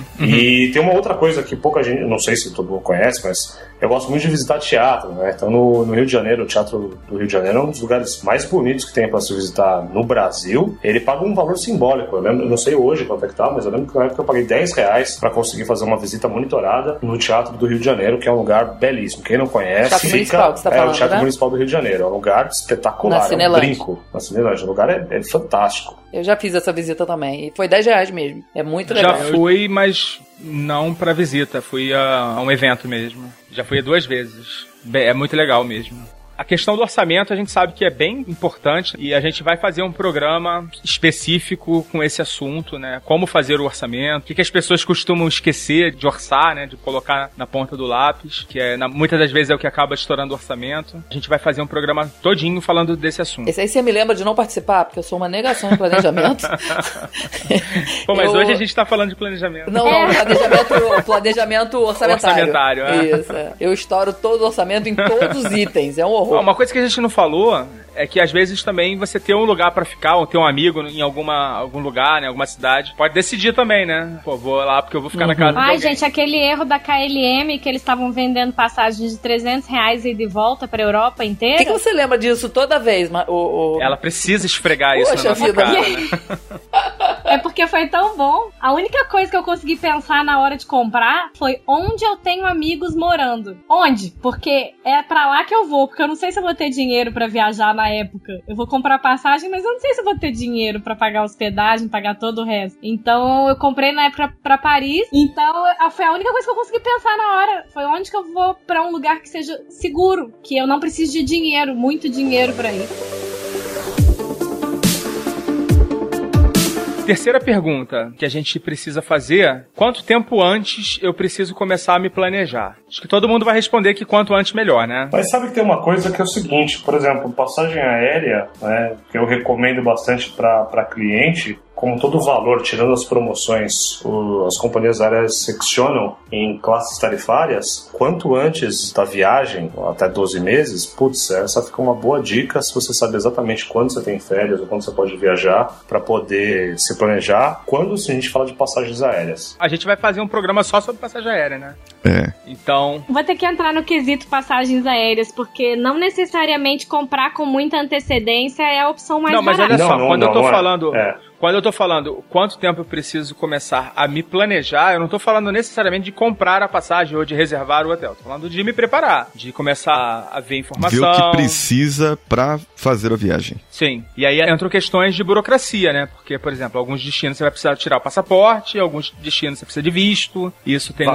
E tem uma outra coisa que pouca gente, não sei se todo mundo conhece, mas eu gosto muito de visitar teatro, né? Então, no Rio de Janeiro, o Teatro do Rio de Janeiro é um dos lugares mais bonitos que tem para se visitar no Brasil. Ele paga um valor simbólico. Eu não sei hoje quanto é que tá, mas eu lembro que na época eu paguei R$10 para conseguir fazer uma visita monitorada no Teatro do Rio de Janeiro, que é um lugar belíssimo. Quem não conhece, Teatro Municipal, que você tá falando, o Teatro né? Municipal do Rio de Janeiro. É um lugar espetacular, é um brinco. Na Cinelândia. O lugar é fantástico. Eu já fiz essa visita também, e foi R$10 mesmo. É muito legal. Já fui, mas não pra visita, fui a um evento mesmo. Já fui 2 vezes. É muito legal mesmo. A questão do orçamento a gente sabe que é bem importante e a gente vai fazer um programa específico com esse assunto, né? Como fazer o orçamento, o que as pessoas costumam esquecer de orçar, né? De colocar na ponta do lápis, que muitas das vezes é o que acaba estourando o orçamento. A gente vai fazer um programa todinho falando desse assunto. Esse aí você me lembra de não participar, porque eu sou uma negação de planejamento. Pô, mas hoje a gente tá falando de planejamento. Não, planejamento orçamentário. Orçamentário, Isso, Eu estouro todo o orçamento em todos os itens. É um horror. Uma coisa que a gente não falou é que às vezes também você ter um lugar pra ficar, ou ter um amigo em algum lugar, né, alguma cidade, pode decidir também, né? Pô, vou lá porque eu vou ficar na casa de alguém. Gente, aquele erro da KLM que eles estavam vendendo passagens de R$300 e de volta pra Europa inteira. Por que você lembra disso toda vez? Ela precisa esfregar isso na nossa cara, né? É porque foi tão bom. A única coisa que eu consegui pensar na hora de comprar foi onde eu tenho amigos morando. Onde? Porque é pra lá que eu vou, porque eu não sei se eu vou ter dinheiro pra viajar na época. Eu vou comprar passagem, mas eu não sei se eu vou ter dinheiro pra pagar hospedagem, pagar todo o resto. Então eu comprei na época pra Paris. Então foi a única coisa que eu consegui pensar na hora. Foi onde que eu vou pra um lugar que seja seguro, que eu não preciso de dinheiro, muito dinheiro pra ir. Terceira pergunta que a gente precisa fazer: quanto tempo antes eu preciso começar a me planejar? Acho que todo mundo vai responder que quanto antes melhor, né? Mas sabe que tem uma coisa que é o seguinte, por exemplo, passagem aérea, né, que eu recomendo bastante para cliente, como todo valor, tirando as promoções, as companhias aéreas seccionam em classes tarifárias. Quanto antes da viagem, até 12 meses, putz, essa fica uma boa dica se você sabe exatamente quando você tem férias ou quando você pode viajar, para poder se planejar quando a gente fala de passagens aéreas. A gente vai fazer um programa só sobre passagem aérea, né? Então... Vou ter que entrar no quesito passagens aéreas, porque não necessariamente comprar com muita antecedência é a opção mais barata. Não, mas olha só, quando eu tô falando... Quando eu tô falando quanto tempo eu preciso começar a me planejar, eu não tô falando necessariamente de comprar a passagem ou de reservar o hotel. Tô falando de me preparar, de começar a ver informação. Ver o que precisa pra fazer a viagem. Sim. E aí entram questões de burocracia, né? Porque, por exemplo, alguns destinos você vai precisar tirar o passaporte, alguns destinos você precisa de visto. Isso tem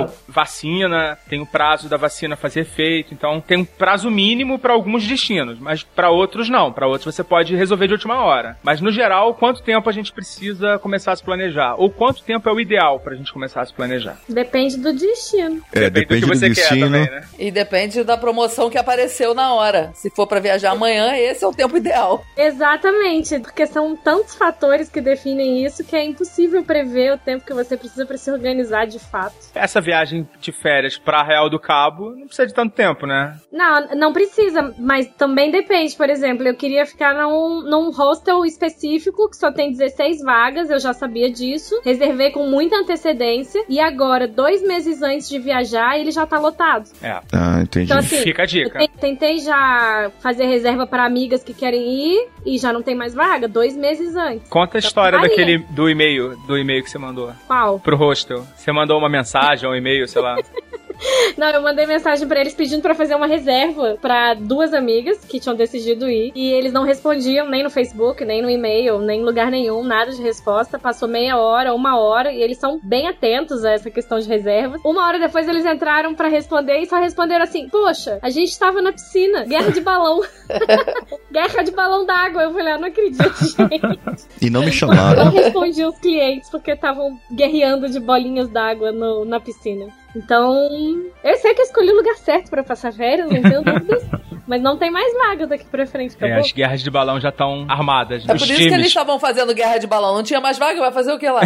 vacina, tem o prazo da vacina fazer efeito. Então, tem um prazo mínimo para alguns destinos, mas para outros não. Para outros você pode resolver de última hora. Mas, no geral, quanto tempo a gente precisa começar a se planejar? Ou quanto tempo é o ideal pra gente começar a se planejar? Depende do destino. Depende do destino. Também, né? E depende da promoção que apareceu na hora. Se for pra viajar amanhã, esse é o tempo ideal. Exatamente, porque são tantos fatores que definem isso que é impossível prever o tempo que você precisa pra se organizar de fato. Essa viagem de férias pra Arraial do Cabo não precisa de tanto tempo, né? Não precisa, mas também depende. Por exemplo, eu queria ficar num hostel específico que só tem 16 vagas, eu já sabia disso, reservei com muita antecedência e agora, 2 meses antes de viajar, ele já tá lotado. Entendi. Então, assim, fica a dica. Eu tentei já fazer reserva para amigas que querem ir e já não tem mais vaga, 2 meses antes. Conta a história do e-mail que você mandou. Qual? Pro hostel. Você mandou uma mensagem ou um e-mail, sei lá. Não, eu mandei mensagem pra eles pedindo pra fazer uma reserva pra 2 amigas que tinham decidido ir. E eles não respondiam nem no Facebook, nem no e-mail, nem em lugar nenhum, nada de resposta. Passou meia hora, 1 hora, e eles são bem atentos a essa questão de reservas. 1 hora depois eles entraram pra responder e só responderam assim: poxa, a gente tava na piscina, guerra de balão. Guerra de balão d'água. Eu falei, não acredito, gente. E não me chamaram. Eu respondi os clientes porque estavam guerreando de bolinhas d'água na piscina. Então, eu sei que eu escolhi o lugar certo pra passar férias, não tenho dúvidas. Mas não tem mais vaga daqui pra frente, acabou? As guerras de balão já estão armadas. É por isso que eles estavam fazendo guerra de balão. Não tinha mais vaga, vai fazer o que lá?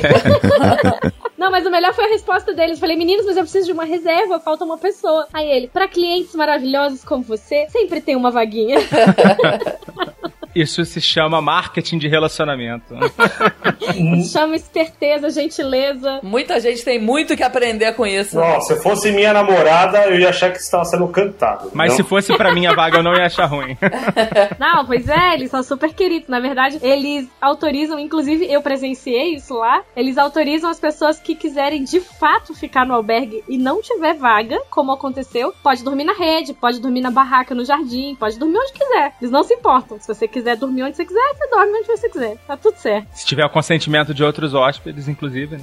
Não, mas o melhor foi a resposta deles. Falei, meninos, mas eu preciso de uma reserva, falta uma pessoa. Aí ele, pra clientes maravilhosos como você, sempre tem uma vaguinha. Isso se chama marketing de relacionamento. Chama esperteza, gentileza. Muita gente tem muito que aprender com isso. Não, se fosse minha namorada, eu ia achar que estava sendo cantado. Mas se fosse pra minha vaga, eu não ia achar ruim. Não, pois é, eles são super queridos. Na verdade, eles autorizam, inclusive eu presenciei isso lá, eles autorizam as pessoas que quiserem de fato ficar no albergue e não tiver vaga, como aconteceu, pode dormir na rede, pode dormir na barraca, no jardim, pode dormir onde quiser. Eles não se importam. Se você quiser dormir onde você quiser, você dorme onde você quiser. Tá tudo certo. Se tiver o consentimento de outros hóspedes, inclusive, né?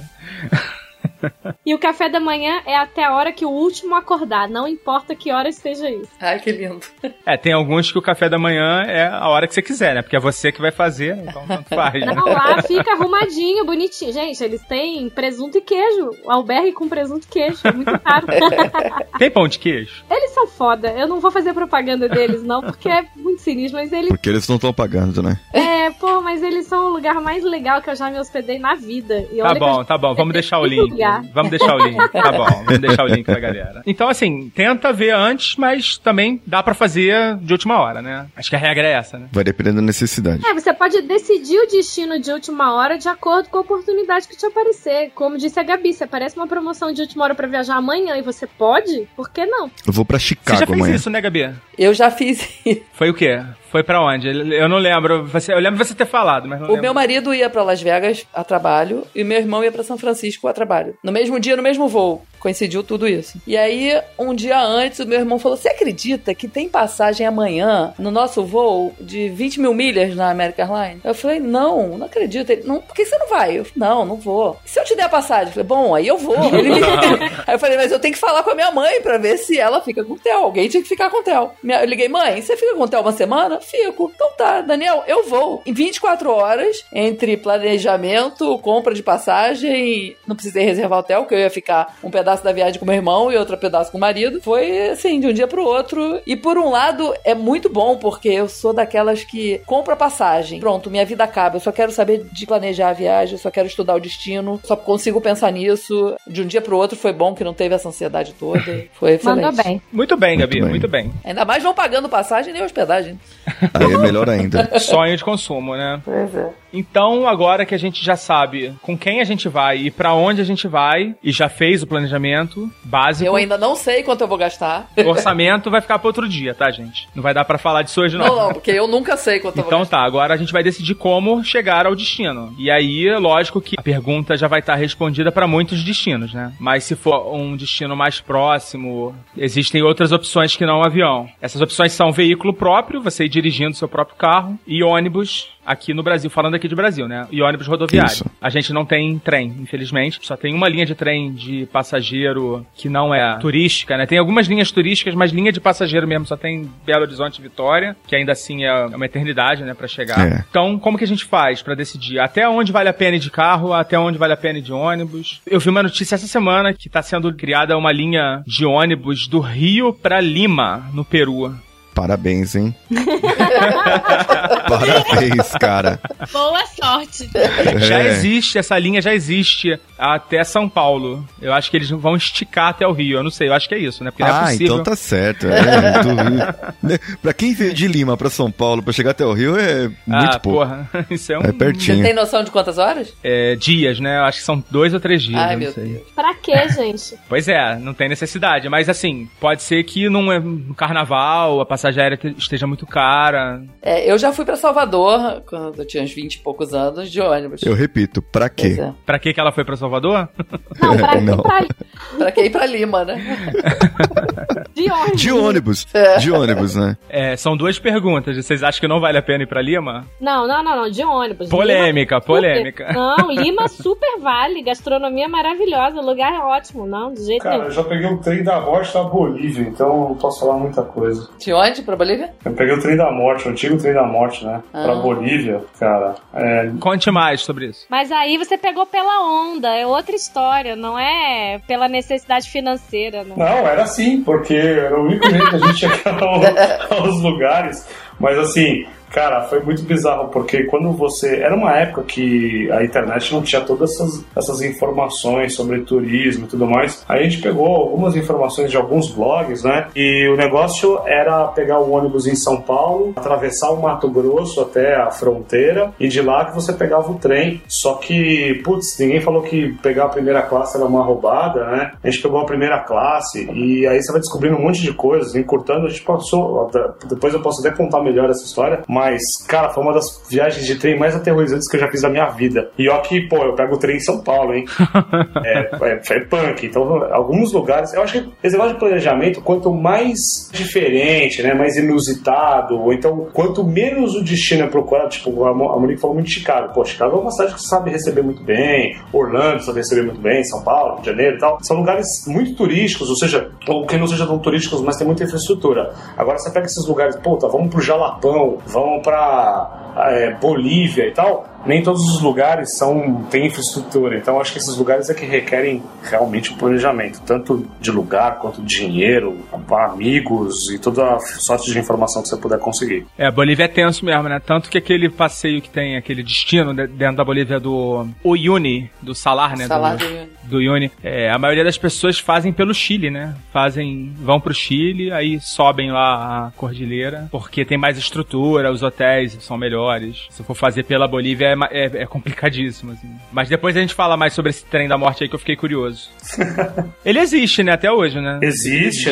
E o café da manhã é até a hora que o último acordar, não importa que hora esteja isso. Ai, que lindo. Tem alguns que o café da manhã é a hora que você quiser, né? Porque é você que vai fazer, então tanto faz. Não, lá fica arrumadinho, bonitinho. Gente, eles têm presunto e queijo. Albergue com presunto e queijo, é muito caro. Tem pão de queijo? Eles são foda. Eu não vou fazer propaganda deles, não, porque é muito sinistro, mas eles... Porque eles não estão pagando, né? Mas eles são o lugar mais legal que eu já me hospedei na vida. E tá bom, vamos deixar o link. tá? Vamos deixar o link. Tá bom, vamos deixar o link pra galera. Então, assim, tenta ver antes, mas também dá pra fazer de última hora, né? Acho que a regra é essa, né? Vai depender da necessidade. Você pode decidir o destino de última hora de acordo com a oportunidade que te aparecer. Como disse a Gabi, se aparece uma promoção de última hora pra viajar amanhã e você pode, por que não? Eu vou pra Chicago Você já fez amanhã. isso, né, Gabi? Eu já fiz isso. Foi o quê? Foi pra onde? Eu não lembro. Eu lembro você ter falado, mas não lembro. O meu marido ia pra Las Vegas a trabalho e o meu irmão ia pra São Francisco a trabalho. No mesmo dia, no mesmo voo. Coincidiu tudo isso. E aí, um dia antes, o meu irmão falou: você acredita que tem passagem amanhã no nosso voo de 20 mil milhas na American Airlines? Eu falei: não acredito. Ele: não, por que você não vai? Eu falei: não vou. E se eu te der a passagem? Eu falei: bom, aí eu vou. Aí eu falei: mas eu tenho que falar com a minha mãe pra ver se ela fica com o Theo. Alguém tinha que ficar com o Theo. Eu liguei: mãe, você fica com o Theo uma semana? Fico. Então tá, Daniel, eu vou. Em 24 horas, entre planejamento, compra de passagem, não precisei reservar hotel, porque eu ia ficar um pedaço da viagem com meu irmão e outro pedaço com o marido. Foi assim, de um dia pro outro. E por um lado, é muito bom, porque eu sou daquelas que compra passagem. Pronto, minha vida acaba. Eu só quero saber de planejar a viagem, eu só quero estudar o destino, só consigo pensar nisso. De um dia pro outro foi bom, que não teve essa ansiedade toda. Foi excelente. Mandou bem. Muito bem, Gabi, muito bem. Ainda mais não pagando passagem nem hospedagem. Aí é melhor ainda. Sonho de consumo, né? Pois é. Então, agora que a gente já sabe com quem a gente vai e pra onde a gente vai, e já fez o planejamento básico... Eu ainda não sei quanto eu vou gastar. O orçamento vai ficar pra outro dia, tá, gente? Não vai dar pra falar disso hoje, não. Não, porque eu nunca sei quanto eu vou gastar. Então tá, agora a gente vai decidir como chegar ao destino. E aí, lógico que a pergunta já vai estar respondida pra muitos destinos, né? Mas se for um destino mais próximo, existem outras opções que não o avião. Essas opções são veículo próprio, você ir dirigindo seu próprio carro, e ônibus aqui no Brasil, falando aqui de Brasil, né? E ônibus rodoviário. Isso. A gente não tem trem, infelizmente. Só tem uma linha de trem de passageiro que não é turística, né? Tem algumas linhas turísticas, mas linha de passageiro mesmo só tem Belo Horizonte e Vitória, que ainda assim é uma eternidade, né, pra chegar. É. Então, como que a gente faz pra decidir até onde vale a pena ir de carro, até onde vale a pena ir de ônibus? Eu vi uma notícia essa semana que tá sendo criada uma linha de ônibus do Rio pra Lima, no Peru. Parabéns, hein? Parabéns, cara. Boa sorte. Já É. existe, essa linha já existe até São Paulo. Eu acho que eles vão esticar até o Rio. Eu não sei, eu acho que é isso, né? Porque não é possível. Então tá certo. É, do Rio. Pra quem veio de Lima pra São Paulo pra chegar até o Rio é muito pouco. Porra, isso é um... É pertinho. Você tem noção de quantas horas? dias, né? Eu acho que são 2 ou 3 dias. Ai, eu meu não sei. Deus. Pra quê, gente? Pois é, não tem necessidade. Mas assim, pode ser que no carnaval a passagem aérea esteja muito cara. Eu já fui pra Salvador, quando eu tinha uns 20 e poucos anos, de ônibus. Eu repito, pra Pois quê? é. Pra que ela foi pra Salvador? Não, pra Não. Pra que ir pra Lima, né? De ônibus. De ônibus. De ônibus, né? São 2 perguntas. Vocês acham que não vale a pena ir pra Lima? Não, de ônibus. Polêmica, Lima, polêmica. Não, Lima super vale, gastronomia maravilhosa, lugar é ótimo, não, de jeito Cara, nenhum. eu já peguei o trem da morte da Bolívia, então não posso falar muita coisa. De onde? Pra Bolívia? Eu peguei o trem da morte, o antigo trem da morte, né? Pra Bolívia, cara. Conte mais sobre isso. Mas aí você pegou pela onda, é outra história, não é pela necessidade financeira, né? Não, era assim, porque era o único jeito da gente chegar aos lugares. Mas assim, cara, foi muito bizarro, porque quando você... Era uma época que a internet não tinha todas essas informações sobre turismo e tudo mais. Aí a gente pegou algumas informações de alguns blogs, né? E o negócio era pegar o ônibus em São Paulo, atravessar o Mato Grosso até a fronteira, e de lá que você pegava o trem. Só que, putz, ninguém falou que pegar a primeira classe era uma roubada, né? A gente pegou a primeira classe, e aí você vai descobrindo um monte de coisas. Encurtando, a gente passou... Depois eu posso até contar melhor essa história, mas, cara, foi uma das viagens de trem mais aterrorizantes que eu já fiz na minha vida. E ó que, pô, eu pego o trem em São Paulo, hein? É punk. Então, alguns lugares... Eu acho que esse negócio de planejamento, quanto mais diferente, né, mais inusitado, ou então, quanto menos o destino é procurado, tipo, a Monique falou muito de Chicago. Pô, Chicago é uma cidade que sabe receber muito bem, Orlando sabe receber muito bem, São Paulo, Rio de Janeiro e tal. São lugares muito turísticos, ou seja, ou que não sejam tão turísticos, mas tem muita infraestrutura. Agora, você pega esses lugares, puta, vamos pro Jalapão, vamos pra Bolívia e tal, nem todos os lugares têm infraestrutura. Então acho que esses lugares é que requerem realmente um planejamento, tanto de lugar quanto de dinheiro, amigos e toda a sorte de informação que você puder conseguir. Bolívia é tenso mesmo, né? Tanto que aquele passeio que tem, aquele destino dentro da Bolívia do Uyuni, do Salar, né? Salar do Yuni, a maioria das pessoas fazem pelo Chile, né? Vão pro Chile, aí sobem lá a cordilheira, porque tem mais estrutura, os hotéis são melhores. Se for fazer pela Bolívia é complicadíssimo, assim. Mas depois a gente fala mais sobre esse trem da morte aí que eu fiquei curioso. Ele existe, né? Até hoje, né? Existe,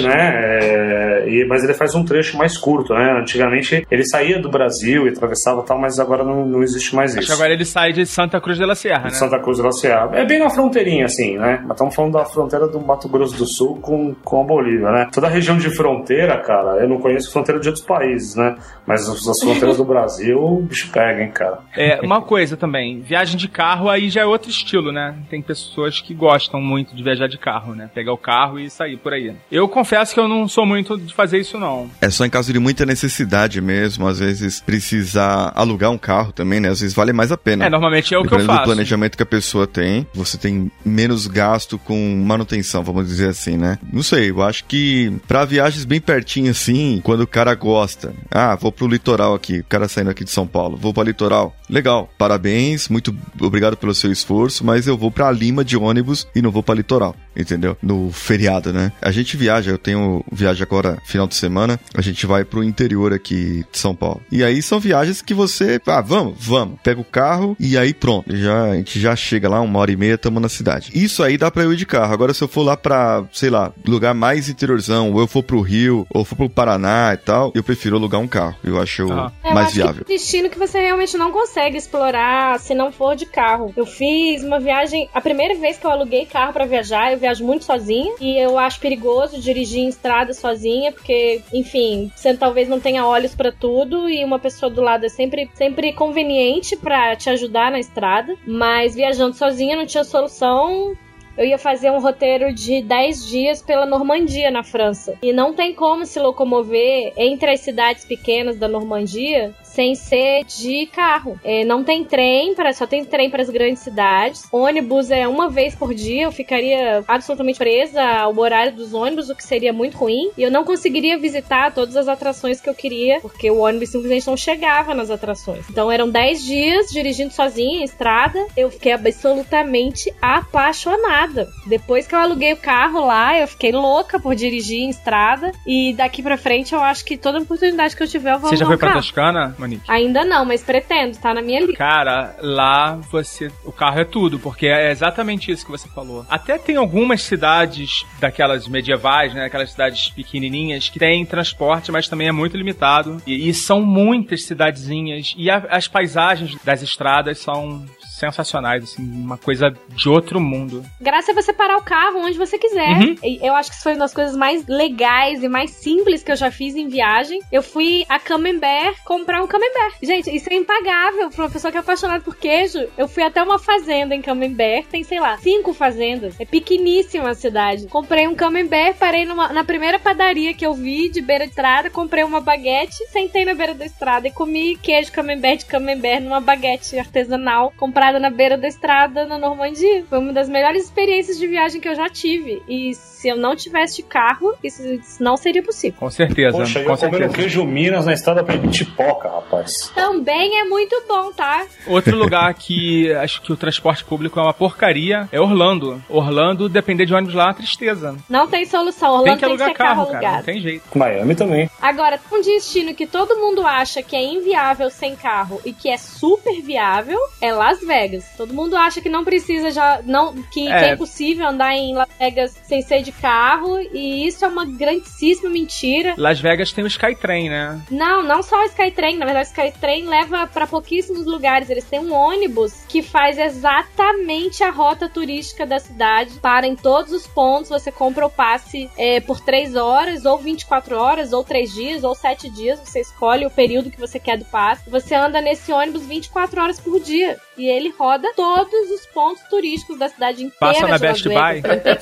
né? Mas ele faz um trecho mais curto, né? Antigamente ele saía do Brasil e atravessava e tal, mas agora não existe mais isso. Acho que agora ele sai de Santa Cruz de la Sierra, né? Santa Cruz de la Sierra. É bem na fronteirinha, assim, né? Mas estamos falando da fronteira do Mato Grosso do Sul com a Bolívia, né? Toda a região de fronteira, cara, eu não conheço fronteira de outros países, né? Mas as fronteiras do Brasil, o bicho pega, hein, cara. Uma coisa também, viagem de carro aí já é outro estilo, né? Tem pessoas que gostam muito de viajar de carro, né? Pegar o carro e sair por aí. Eu confesso que eu não sou muito de fazer isso, não. É só em caso de muita necessidade mesmo, às vezes precisar alugar um carro também, né? Às vezes vale mais a pena. Normalmente é o que eu faço. Dependendo do planejamento que a pessoa tem, você tem menos gasto com manutenção, vamos dizer assim, né? Não sei, eu acho que pra viagens bem pertinho assim, quando o cara gosta, vou pro litoral aqui, o cara saindo aqui de São Paulo, vou pra litoral, legal, parabéns, muito obrigado pelo seu esforço, mas eu vou pra Lima de ônibus e não vou pra litoral, entendeu? No feriado, né? A gente viaja, eu tenho viagem agora, final de semana, a gente vai pro interior aqui de São Paulo. E aí são viagens que você, vamos, pega o carro e aí pronto, a gente já chega lá, 1h30, tamo na cidade. Isso aí dá pra eu ir de carro. Agora se eu for lá pra, sei lá, lugar mais interiorzão, ou eu for pro Rio, ou for pro Paraná e tal, eu prefiro alugar um carro. Eu acho mais viável. Que é um destino que você realmente não consegue explorar se não for de carro. Eu fiz uma viagem, a primeira vez que eu aluguei carro pra viajar, eu viajo muito sozinha, e eu acho perigoso dirigir em estrada sozinha, porque, enfim, você talvez não tenha olhos pra tudo, e uma pessoa do lado é sempre conveniente pra te ajudar na estrada, mas viajando sozinha não tinha solução. Eu ia fazer um roteiro de 10 dias pela Normandia, na França. E não tem como se locomover entre as cidades pequenas da Normandia sem ser de carro. Não tem trem, só tem trem para as grandes cidades. Ônibus é uma vez por dia, eu ficaria absolutamente presa ao horário dos ônibus, o que seria muito ruim. E eu não conseguiria visitar todas as atrações que eu queria, porque o ônibus simplesmente não chegava nas atrações. Então eram 10 dias dirigindo sozinha em estrada. Eu fiquei absolutamente apaixonada. Depois que eu aluguei o carro lá, eu fiquei louca por dirigir em estrada. E daqui pra frente eu acho que toda oportunidade que eu tiver eu vou alugar. Você já foi pra carro. Toscana, Monique? Ainda não, mas pretendo, tá na minha lista. Cara, lá o carro é tudo, porque é exatamente isso que você falou. Até tem algumas cidades daquelas medievais, né, aquelas cidades pequenininhas que tem transporte, mas também é muito limitado. E são muitas cidadezinhas. E as paisagens das estradas são sensacionais, assim, uma coisa de outro mundo. Graça é você parar o carro onde você quiser. Uhum. Eu acho que isso foi uma das coisas mais legais e mais simples que eu já fiz em viagem. Eu fui a Camembert comprar um Camembert. Gente, isso é impagável pra uma pessoa que é apaixonada por queijo. Eu fui até uma fazenda em Camembert, tem, sei lá, 5 fazendas. É pequeníssima a cidade. Comprei um Camembert, parei na primeira padaria que eu vi, de beira de estrada, comprei uma baguete, sentei na beira da estrada e comi queijo Camembert de Camembert numa baguete artesanal, comprada na beira da estrada na Normandia. Foi uma das melhores experiências de viagem que eu já tive. E se eu não tivesse de carro, isso não seria possível. Com certeza. Poxa, eu comendo queijo Minas na estrada pra Itipoca, rapaz. Também é muito bom, tá? Outro lugar que acho que o transporte público é uma porcaria é Orlando. Orlando, depender de ônibus lá, é uma tristeza. Não tem solução. Orlando tem que alugar ser carro cara. alugado. Não tem jeito. Miami também. Agora, um destino que todo mundo acha que é inviável sem carro e que é super viável é Las Vegas. Todo mundo acha que não precisa que é impossível andar em Las Vegas sem ser de carro, e isso é uma grandíssima mentira. Las Vegas tem o Skytrain, né? Não só o Skytrain. Na verdade, o Skytrain leva pra pouquíssimos lugares. Eles têm um ônibus que faz exatamente a rota turística da cidade. Para em todos os pontos, você compra o passe por 3 horas, ou 24 horas, ou 3 dias, ou 7 dias. Você escolhe o período que você quer do passe. Você anda nesse ônibus 24 horas por dia. E ele roda todos os pontos turísticos da cidade inteira. Passa na Best Buy.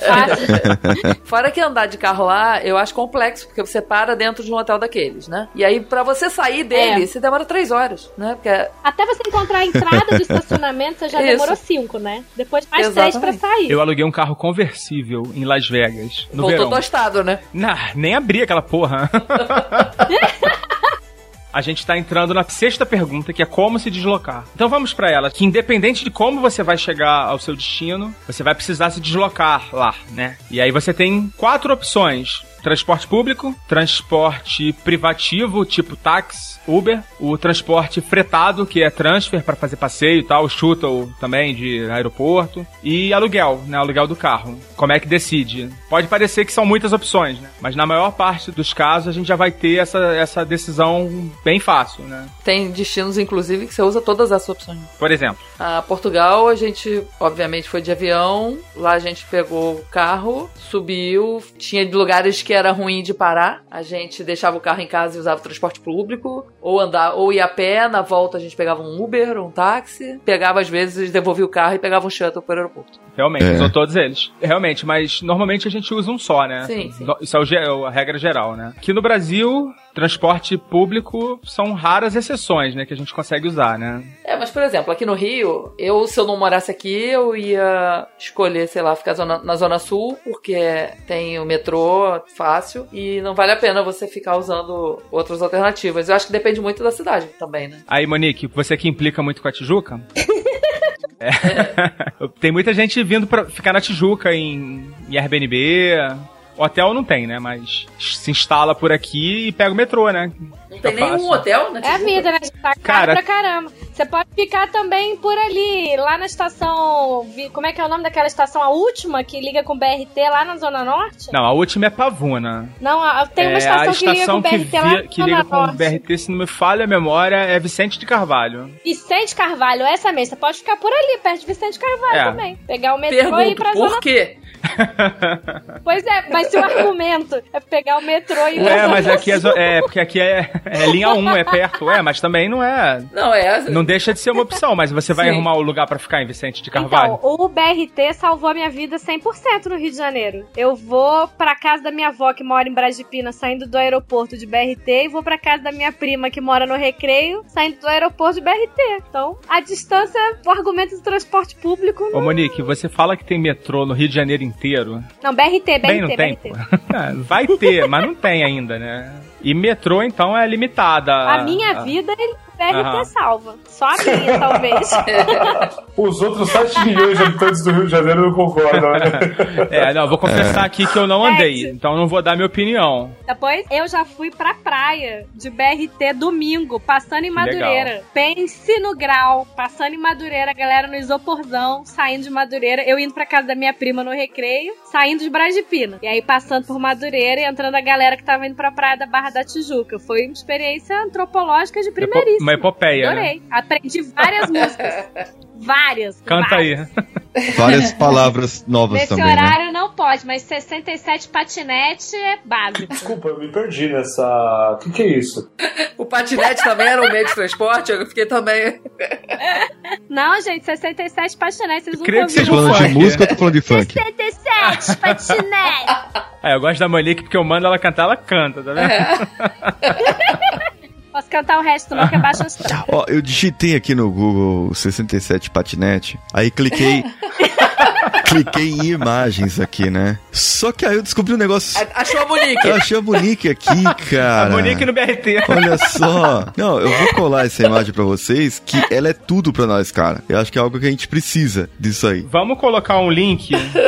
Fora que andar de carro lá, eu acho complexo, porque você para dentro de um hotel daqueles, né? E aí, pra você sair dele, você demora 3 horas, né? Porque... Até você encontrar a entrada do estacionamento, você já demorou 5, né? Depois mais 3 pra sair. Eu aluguei um carro conversível em Las Vegas, no Voltou verão. tostado, né? Nem abri aquela porra. a gente tá entrando na sexta pergunta, que é como se deslocar. Então vamos pra ela, que independente de como você vai chegar ao seu destino, você vai precisar se deslocar lá, né? E aí você tem 4 opções. Transporte público, transporte privativo, tipo táxi, Uber, o transporte fretado, que é transfer para fazer passeio e tal, shuttle também de aeroporto, e aluguel, né, aluguel do carro. Como é que decide? Pode parecer que são muitas opções, né? Mas na maior parte dos casos a gente já vai ter essa decisão bem fácil, né? Tem destinos, inclusive, que você usa todas as opções. Por exemplo? A Portugal, a gente, obviamente, foi de avião. Lá a gente pegou o carro, subiu. Tinha lugares que era ruim de parar. A gente deixava o carro em casa e usava o transporte público. Ou ia a pé. Na volta a gente pegava um Uber, um táxi. Pegava, às vezes, devolvia o carro e pegava um shuttle para o aeroporto. Realmente, usou todos eles. Realmente, mas normalmente a gente usa um só, né? Sim, sim. Isso é a regra geral, né? Aqui no Brasil, transporte público são raras exceções, né? Que a gente consegue usar, né? Mas, por exemplo, aqui no Rio, se eu não morasse aqui, eu ia escolher, sei lá, ficar na Zona Sul, porque tem o metrô fácil e não vale a pena você ficar usando outras alternativas. Eu acho que depende muito da cidade também, né? Aí, Monique, você que implica muito com a Tijuca... Tem muita gente vindo pra ficar na Tijuca em Airbnb. Hotel não tem, né? Mas se instala por aqui e pega o metrô, né? Não tem nenhum hotel na Tijuca? É a vida, né? Tá caro pra caramba. Você pode ficar também por ali, lá na estação... Como é que é o nome daquela estação? A última, que liga com o BRT lá na Zona Norte? Não, a última é Pavuna. Não, tem uma estação que liga com o BRT lá na Zona Norte. Que liga com o BRT, se não me falha a memória, é Vicente de Carvalho. Vicente Carvalho, essa mesmo. Você pode ficar por ali, perto de Vicente Carvalho também. Pegar o metrô e ir pra Zona Norte. Por quê? Pois é, mas se o argumento é pegar o metrô e ir pra Zona mas aqui porque aqui é linha 1, é perto. Mas também não é... Não deixa de ser uma opção, mas você vai arrumar o lugar pra ficar em Vicente de Carvalho? Então, o BRT salvou a minha vida 100% no Rio de Janeiro. Eu vou pra casa da minha avó, que mora em Brasília, saindo do aeroporto de BRT, e vou pra casa da minha prima, que mora no Recreio, saindo do aeroporto de BRT. Então, a distância, o argumento do transporte público... Ô, Monique, você fala que tem metrô no Rio de Janeiro inteiro? Não, BRT. Não tem, pô. Vai ter, mas não tem ainda, né? E metrô, então, é limitada. A minha vida, o BRT salva. Só a minha, talvez. Os outros 7 milhões de habitantes do Rio de Janeiro não concordam, né? Vou confessar aqui que eu não andei, então não vou dar minha opinião. Depois, eu já fui pra praia de BRT domingo, passando em Madureira. Legal. Pense no grau, passando em Madureira, a galera no isoporzão, saindo de Madureira, eu indo pra casa da minha prima no Recreio, saindo de Brasília. E aí, passando por Madureira e entrando a galera que tava indo pra praia da Barra da Tijuca. Foi uma experiência antropológica de primeiríssima. Uma epopeia, adorei. Né? Aprendi várias músicas. Várias. Canta aí. Várias palavras novas nesse também, horário né? não pode, mas 67 patinete é básico. Desculpa, eu me perdi nessa... O que é isso? O patinete também era um meio de transporte? Eu fiquei também... Não, gente, 67 patinete. Vocês creio que seja falando de música ou tô falando de funk? 67 patinete. Eu gosto da Monique porque eu mando ela cantar, ela canta, tá vendo? Posso cantar o resto não, que é baixo astral. Ó, eu digitei aqui no Google 67 patinete, aí cliquei em imagens aqui, né? Só que aí eu descobri um negócio... Achou a Monique. Eu achei a Monique aqui, cara. A Monique no BRT. Olha só. Não, eu vou colar essa imagem pra vocês, que ela é tudo pra nós, cara. Eu acho que é algo que a gente precisa disso aí. Vamos colocar um link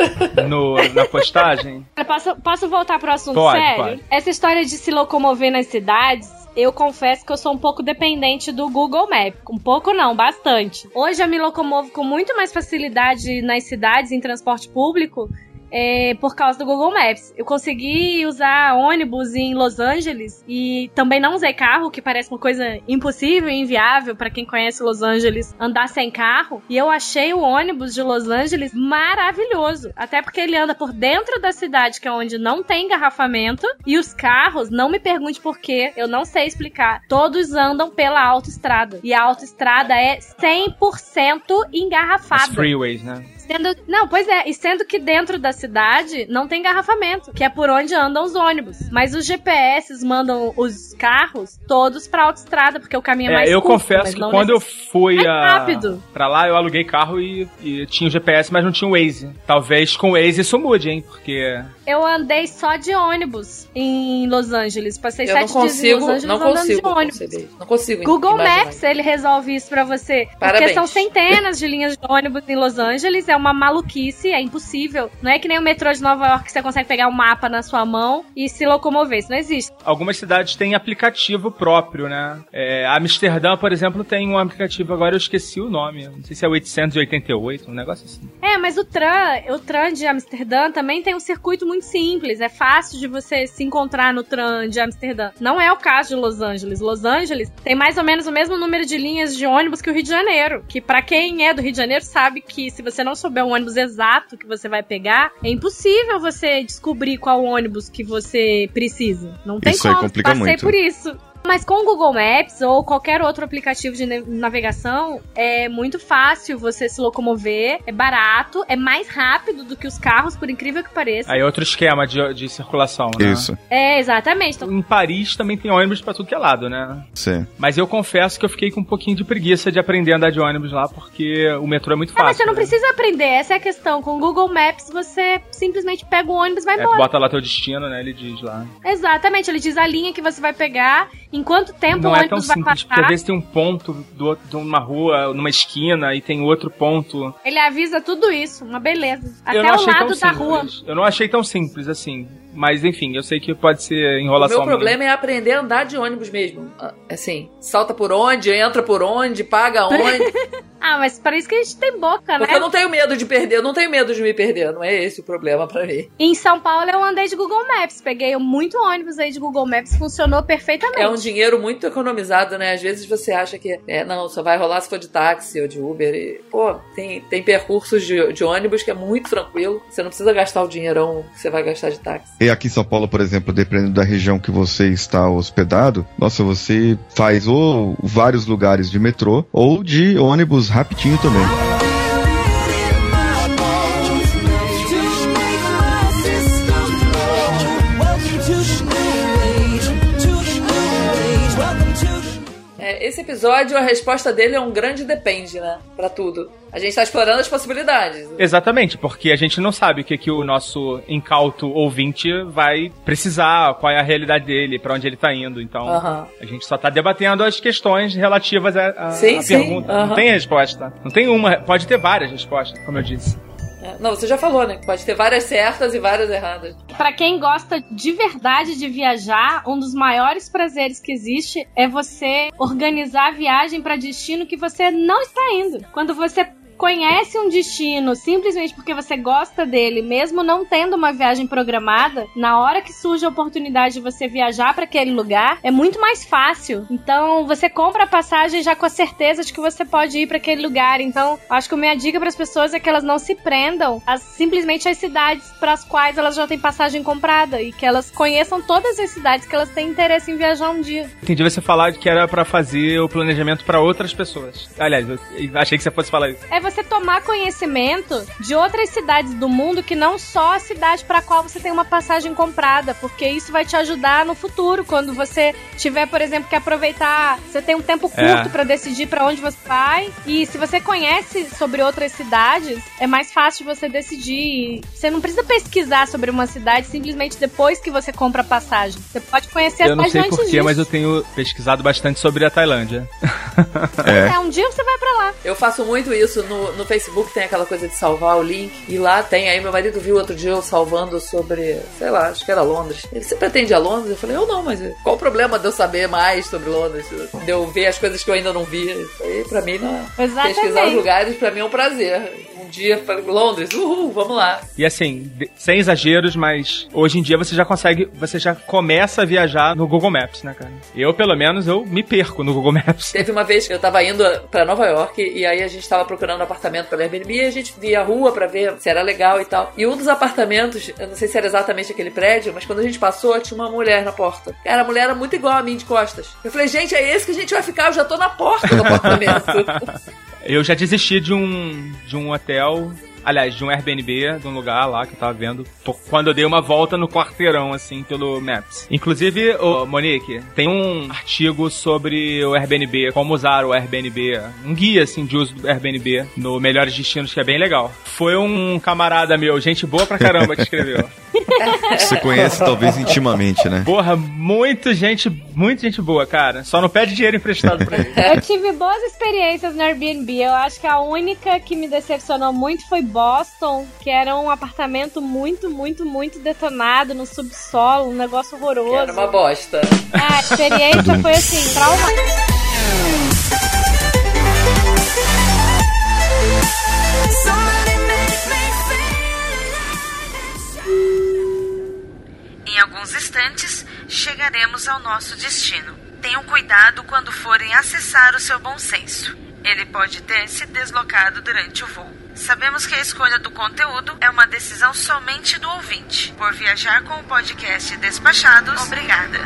na postagem? Posso voltar pro assunto sério? Pode. Essa história de se locomover nas cidades... Eu confesso que eu sou um pouco dependente do Google Maps. Um pouco não, bastante. Hoje eu me locomovo com muito mais facilidade nas cidades, em transporte público, por causa do Google Maps. Eu consegui usar ônibus em Los Angeles e também não usei carro, que parece uma coisa impossível e inviável pra quem conhece Los Angeles, andar sem carro. E eu achei o ônibus de Los Angeles maravilhoso. Até porque ele anda por dentro da cidade, que é onde não tem engarrafamento. E os carros, não me pergunte por quê, eu não sei explicar. Todos andam pela autoestrada. E a autoestrada é 100% engarrafada. As freeways, né? E sendo que dentro da cidade não tem engarrafamento, que é por onde andam os ônibus. Mas os GPS mandam os carros todos pra autoestrada, porque o caminho é mais eu curto. Confesso que quando eu fui pra lá, eu aluguei carro e tinha o GPS, mas não tinha o Waze. Talvez com o Waze isso mude, hein? Porque... Eu andei só de ônibus em Los Angeles. Passei 7 dias em Los Angeles andando de ônibus. Não consigo Google imaginar. Maps, ele resolve isso pra você. Parabéns. Porque são centenas de linhas de ônibus em Los Angeles. É uma maluquice, é impossível. Não é que nem o metrô de Nova York que você consegue pegar um mapa na sua mão e se locomover. Isso não existe. Algumas cidades têm aplicativo próprio, né? Amsterdã, por exemplo, tem um aplicativo, agora eu esqueci o nome. Não sei se é 888, um negócio assim. Mas o tram de Amsterdã também tem um circuito muito simples. É fácil de você se encontrar no tram de Amsterdã. Não é o caso de Los Angeles. Los Angeles tem mais ou menos o mesmo número de linhas de ônibus que o Rio de Janeiro. Que pra quem é do Rio de Janeiro sabe que se você não souber o ônibus exato que você vai pegar, é impossível você descobrir qual ônibus que você precisa. Não tem isso como. Aí complica Passei muito. por isso. Mas com o Google Maps ou qualquer outro aplicativo de navegação, é muito fácil você se locomover, é barato, é mais rápido do que os carros, por incrível que pareça. Aí outro esquema de circulação, né? Isso. Exatamente. Em Paris também tem ônibus pra tudo que é lado, né? Sim. Mas eu confesso que eu fiquei com um pouquinho de preguiça de aprender a andar de ônibus lá, porque o metrô é muito fácil. Mas você não precisa aprender, essa é a questão. Com o Google Maps, você simplesmente pega o ônibus e vai embora. Bota lá teu destino, né? Ele diz lá. Exatamente, ele diz a linha que você vai pegar, em quanto tempo não o é ônibus tão vai simples, passar. porque às vezes tem um ponto de uma rua, numa esquina, e tem outro ponto. Ele avisa tudo isso, uma beleza. Até Eu não o achei lado tão da simples. rua. Eu não achei tão simples assim. Mas enfim, eu sei que pode ser enrolação. O meu problema é aprender a andar de ônibus mesmo. Assim, salta por onde, entra por onde, paga onde. Mas para isso que a gente tem boca, né? Porque eu não tenho medo de perder, eu não tenho medo de me perder. Não é esse o problema pra mim. Em São Paulo eu andei de Google Maps, peguei muito ônibus aí de Google Maps, funcionou perfeitamente. É um dinheiro muito economizado, né? Às vezes você acha que não, só vai rolar se for de táxi ou de Uber. E, tem percursos de ônibus que é muito tranquilo. Você não precisa gastar o dinheirão que você vai gastar de táxi. E aqui em São Paulo, por exemplo, dependendo da região que você está hospedado, nossa, você faz ou vários lugares de metrô ou de ônibus rapidinho também. Esse episódio, a resposta dele é um grande depende, né? Pra tudo. A gente tá explorando as possibilidades. Exatamente, porque a gente não sabe o que o nosso incauto ouvinte vai precisar, qual é a realidade dele, pra onde ele tá indo. Então, a gente só tá debatendo as questões relativas à pergunta. Não tem resposta. Não tem uma, pode ter várias respostas, como eu disse. Não, você já falou, né? Pode ter várias certas e várias erradas. Pra quem gosta de verdade de viajar, um dos maiores prazeres que existe é você organizar a viagem pra destino que você não está indo. Quando você conhece um destino simplesmente porque você gosta dele, mesmo não tendo uma viagem programada, na hora que surge a oportunidade de você viajar para aquele lugar, é muito mais fácil. Então, você compra a passagem já com a certeza de que você pode ir para aquele lugar. Então, acho que a minha dica para as pessoas é que elas não se prendam simplesmente às cidades para as quais elas já têm passagem comprada e que elas conheçam todas as cidades que elas têm interesse em viajar um dia. Entendi você falar que era para fazer o planejamento para outras pessoas. Aliás, eu achei que você fosse falar isso. É você tomar conhecimento de outras cidades do mundo que não só a cidade para a qual você tem uma passagem comprada, porque isso vai te ajudar no futuro, quando você tiver, por exemplo, que aproveitar, você tem um tempo curto para decidir para onde você vai, e se você conhece sobre outras cidades, é mais fácil de você decidir. Você não precisa pesquisar sobre uma cidade simplesmente depois que você compra a passagem. Você pode conhecer a cidade antes disso. Eu não sei porquê, mas eu tenho pesquisado bastante sobre a Tailândia. Um dia você vai para lá. Eu faço muito isso no Facebook, tem aquela coisa de salvar o link, e lá tem, aí meu marido viu outro dia eu salvando sobre, sei lá, acho que era Londres. Ele, você pretende ir a Londres? Eu falei, eu não, mas qual o problema de eu saber mais sobre Londres? De eu ver as coisas que eu ainda não vi? Isso aí, pra mim, não. Pesquisar os lugares, pra mim é um prazer. Um dia, Londres, vamos lá. E assim, sem exageros, mas hoje em dia você já começa a viajar no Google Maps, né, cara? Eu, pelo menos, eu me perco no Google Maps. Teve uma vez que eu tava indo pra Nova York, e aí a gente tava procurando apartamento pela Airbnb, e a gente via a rua pra ver se era legal e tal. E um dos apartamentos, eu não sei se era exatamente aquele prédio, mas quando a gente passou, tinha uma mulher na porta. Cara, a mulher era muito igual a mim de costas. Eu falei, gente, é esse que a gente vai ficar? Eu já tô na porta do apartamento. Eu já desisti de um hotel Aliás, de um Airbnb, de um lugar lá que eu tava vendo, quando eu dei uma volta no quarteirão, assim, pelo Maps. Inclusive, Monique, tem um artigo sobre o Airbnb, como usar o Airbnb, um guia, assim, de uso do Airbnb no Melhores Destinos, que é bem legal. Foi um camarada meu, gente boa pra caramba, que escreveu. Você conhece talvez intimamente, né? Porra, muita gente boa, cara. Só não pede dinheiro emprestado pra ele. Eu tive boas experiências no Airbnb. Eu acho que a única que me decepcionou muito foi Boston, que era um apartamento muito detonado no subsolo, um negócio horroroso. Era uma bosta. A experiência foi assim, traumática. Em alguns instantes, chegaremos ao nosso destino. Tenham cuidado quando forem acessar o seu bom senso. Ele pode ter se deslocado durante o voo. Sabemos que a escolha do conteúdo é uma decisão somente do ouvinte. Por viajar com o podcast Despachados, obrigada.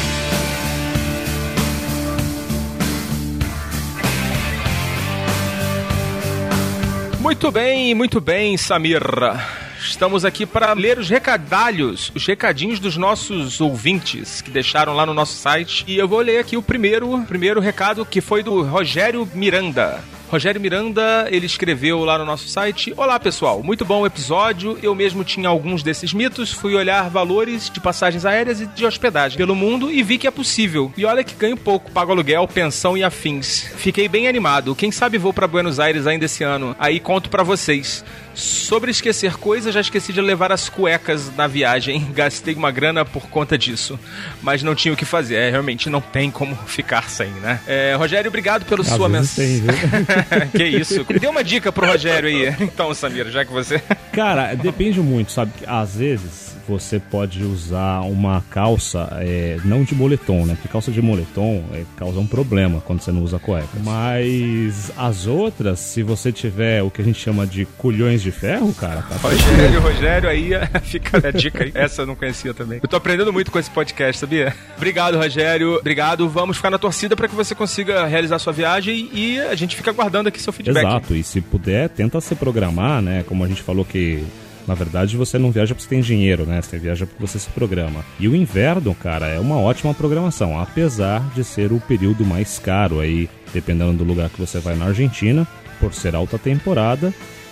Muito bem, Samir. Estamos aqui para ler os recadinhos dos nossos ouvintes que deixaram lá no nosso site. E eu vou ler aqui o primeiro recado, que foi do Rogério Miranda. Rogério Miranda, ele escreveu lá no nosso site: olá pessoal, muito bom o episódio, eu mesmo tinha alguns desses mitos, fui olhar valores de passagens aéreas e de hospedagem pelo mundo e vi que é possível. E olha que ganho pouco, pago aluguel, pensão e afins. Fiquei bem animado, quem sabe vou pra Buenos Aires ainda esse ano, aí conto pra vocês. Sobre esquecer coisas, já esqueci de levar as cuecas na viagem. Gastei uma grana por conta disso. Mas não tinha o que fazer. Realmente não tem como ficar sem, né? Rogério, obrigado pela sua mensagem. Que isso. Dê uma dica pro Rogério aí. Então, Samir, já que você... Cara, depende muito, sabe? Às vezes você pode usar uma calça, não de moletom, né? Porque calça de moletom causa um problema quando você não usa cueca. Mas as outras, se você tiver o que a gente chama de culhões de ferro, cara... Tá Rogério, aí fica a dica aí. Essa eu não conhecia também. Eu tô aprendendo muito com esse podcast, sabia? Obrigado, Rogério. Obrigado. Vamos ficar na torcida para que você consiga realizar sua viagem e a gente fica aguardando aqui seu feedback. Exato. E se puder, tenta se programar, né? Como a gente falou que... Na verdade, você não viaja porque você tem dinheiro, né? Você viaja porque você se programa. E o inverno, cara, é uma ótima programação, apesar de ser o período mais caro aí, dependendo do lugar que você vai na Argentina, por ser alta temporada,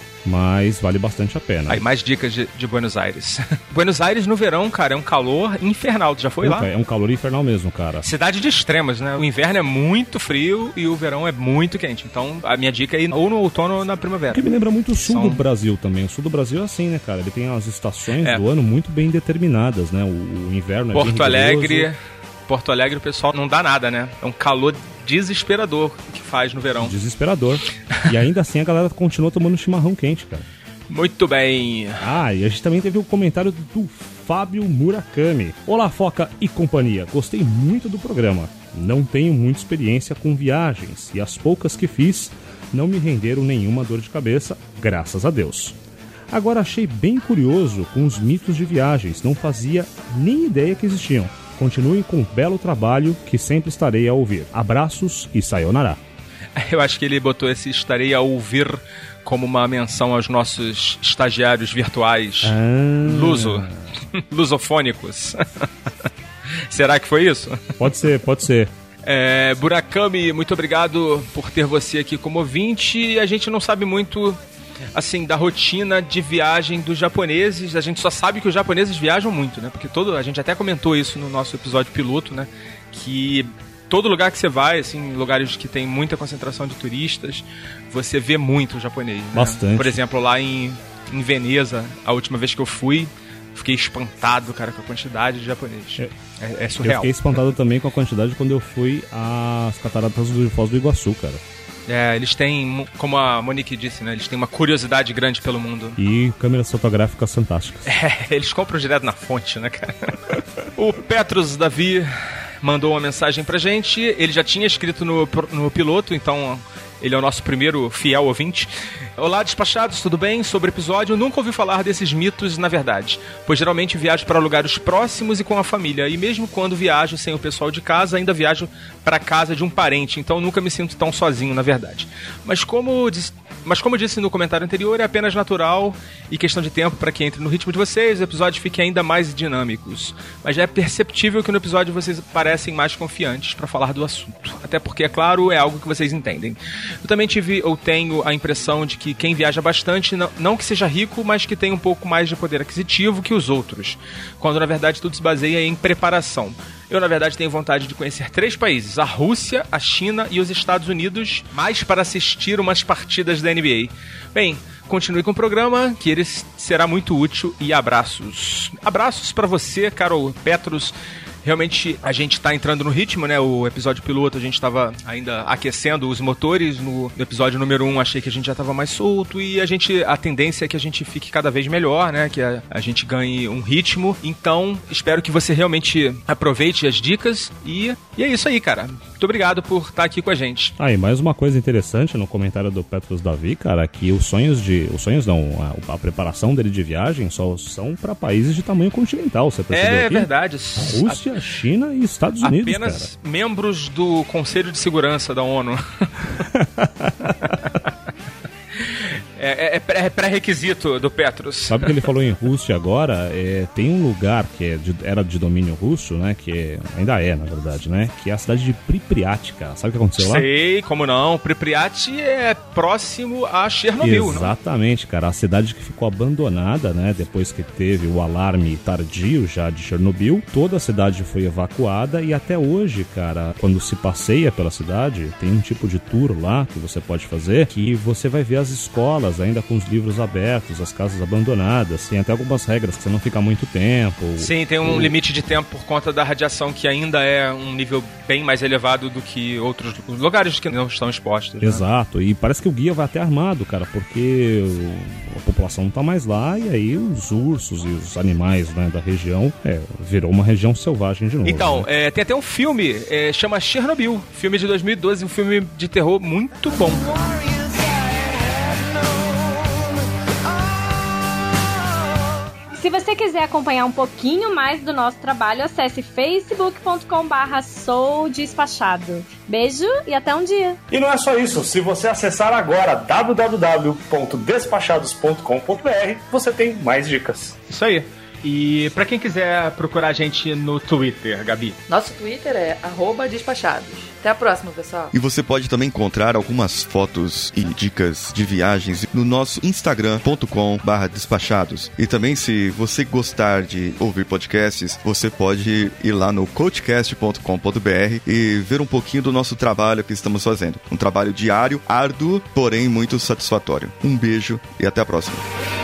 mas vale bastante a pena. Aí, mais dicas de Buenos Aires. Buenos Aires no verão, cara, é um calor infernal. Tu já foi lá? É um calor infernal mesmo, cara. Cidade de extremos, né? O inverno é muito frio e o verão é muito quente. Então, a minha dica é ir ou no outono ou na primavera. Que me lembra muito o sul do Brasil também. O sul do Brasil é assim, né, cara? Ele tem as estações do ano muito bem determinadas, né? O inverno é Porto Alegre, o pessoal não dá nada, né? É um calor desesperador que faz no verão. Desesperador. E ainda assim a galera continua tomando chimarrão quente, cara. Muito bem. E a gente também teve um comentário do Fábio Murakami. Olá, Foca e companhia. Gostei muito do programa. Não tenho muita experiência com viagens e as poucas que fiz não me renderam nenhuma dor de cabeça, graças a Deus. Agora achei bem curioso com os mitos de viagens. Não fazia nem ideia que existiam. Continuem com um belo trabalho que sempre estarei a ouvir. Abraços e sayonara. Eu acho que ele botou esse estarei a ouvir como uma menção aos nossos estagiários virtuais lusofônicos. Será que foi isso? Pode ser. Murakami, muito obrigado por ter você aqui como ouvinte. A gente não sabe muito... assim, da rotina de viagem dos japoneses. A gente só sabe que os japoneses viajam muito, né? Porque a gente até comentou isso no nosso episódio piloto, né? Que todo lugar que você vai, assim, lugares que tem muita concentração de turistas, você vê muito japonês, né? Bastante. Por exemplo, lá em Veneza, a última vez que eu fui, fiquei espantado, cara, com a quantidade de japonês. É surreal. Eu fiquei espantado também com a quantidade quando eu fui às cataratas do Foz do Iguaçu, cara. Eles têm, como a Monique disse, né? Eles têm uma curiosidade grande pelo mundo. E câmeras fotográficas fantásticas. Eles compram direto na fonte, né, cara? O Petros Davi mandou uma mensagem pra gente. Ele já tinha escrito no piloto, então ele é o nosso primeiro fiel ouvinte. Olá, despachados, tudo bem? Sobre o episódio, nunca ouvi falar desses mitos, na verdade, pois geralmente viajo para lugares próximos e com a família, e mesmo quando viajo sem o pessoal de casa, ainda viajo para casa de um parente, então nunca me sinto tão sozinho, na verdade. Mas como Mas como eu disse no comentário anterior, é apenas natural e questão de tempo para que entre no ritmo de vocês, os episódios fiquem ainda mais dinâmicos. Mas já é perceptível que no episódio vocês parecem mais confiantes para falar do assunto. Até porque, é claro, é algo que vocês entendem. Eu também tenho a impressão de que quem viaja bastante, não que seja rico, mas que tem um pouco mais de poder aquisitivo que os outros. Quando, na verdade, tudo se baseia em preparação. Eu, na verdade, tenho vontade de conhecer 3 países, a Rússia, a China e os Estados Unidos, mais para assistir umas partidas da NBA. Bem, continue com o programa, que ele será muito útil, e abraços. Abraços para você, caro Petros. Realmente a gente tá entrando no ritmo, né? O episódio piloto a gente tava ainda aquecendo os motores. No episódio número 1 achei que a gente já tava mais solto. E a tendência é que a gente fique cada vez melhor, né? Que a gente ganhe um ritmo. Então, espero que você realmente aproveite as dicas. E é isso aí, cara. Muito obrigado por estar aqui com a gente. E mais uma coisa interessante no comentário do Petros Davi, cara, que a preparação dele de viagem só são para países de tamanho continental, você percebeu aqui? É verdade. Rússia, China e Estados Unidos, apenas cara. Membros do Conselho de Segurança da ONU. É pré-requisito do Petros. Sabe que ele falou em Rússia agora? Tem um lugar que era de domínio russo, né? Que ainda é, na verdade, né? Que é a cidade de Pripyat, cara. Sabe o que aconteceu lá? Sei, como não. Pripyat é próximo a Chernobyl, não? Exatamente, cara. A cidade que ficou abandonada, né? Depois que teve o alarme tardio já de Chernobyl. Toda a cidade foi evacuada e até hoje, cara, quando se passeia pela cidade, tem um tipo de tour lá que você pode fazer, que você vai ver as escolas ainda com os livros abertos, as casas abandonadas, tem até algumas regras que você não fica muito tempo. Sim, tem um limite de tempo por conta da radiação que ainda é um nível bem mais elevado do que outros lugares que não estão expostos. Exato, né? E parece que o guia vai até armado, cara, porque a população não tá mais lá e aí os ursos e os animais, né, da região virou uma região selvagem de novo. Então, né? Tem até um filme, chama Chernobyl, filme de 2012, um filme de terror muito bom. Se você quiser acompanhar um pouquinho mais do nosso trabalho, acesse facebook.com/soudespachado. Beijo e até um dia. E não é só isso. Se você acessar agora www.despachados.com.br, você tem mais dicas. Isso aí. E pra quem quiser procurar a gente no Twitter, Gabi? Nosso Twitter é @despachados. Até a próxima, pessoal. E você pode também encontrar algumas fotos e dicas de viagens no nosso instagram.com/despachados. E também, se você gostar de ouvir podcasts, você pode ir lá no coachcast.com.br e ver um pouquinho do nosso trabalho que estamos fazendo. Um trabalho diário, árduo, porém muito satisfatório. Um beijo e até a próxima.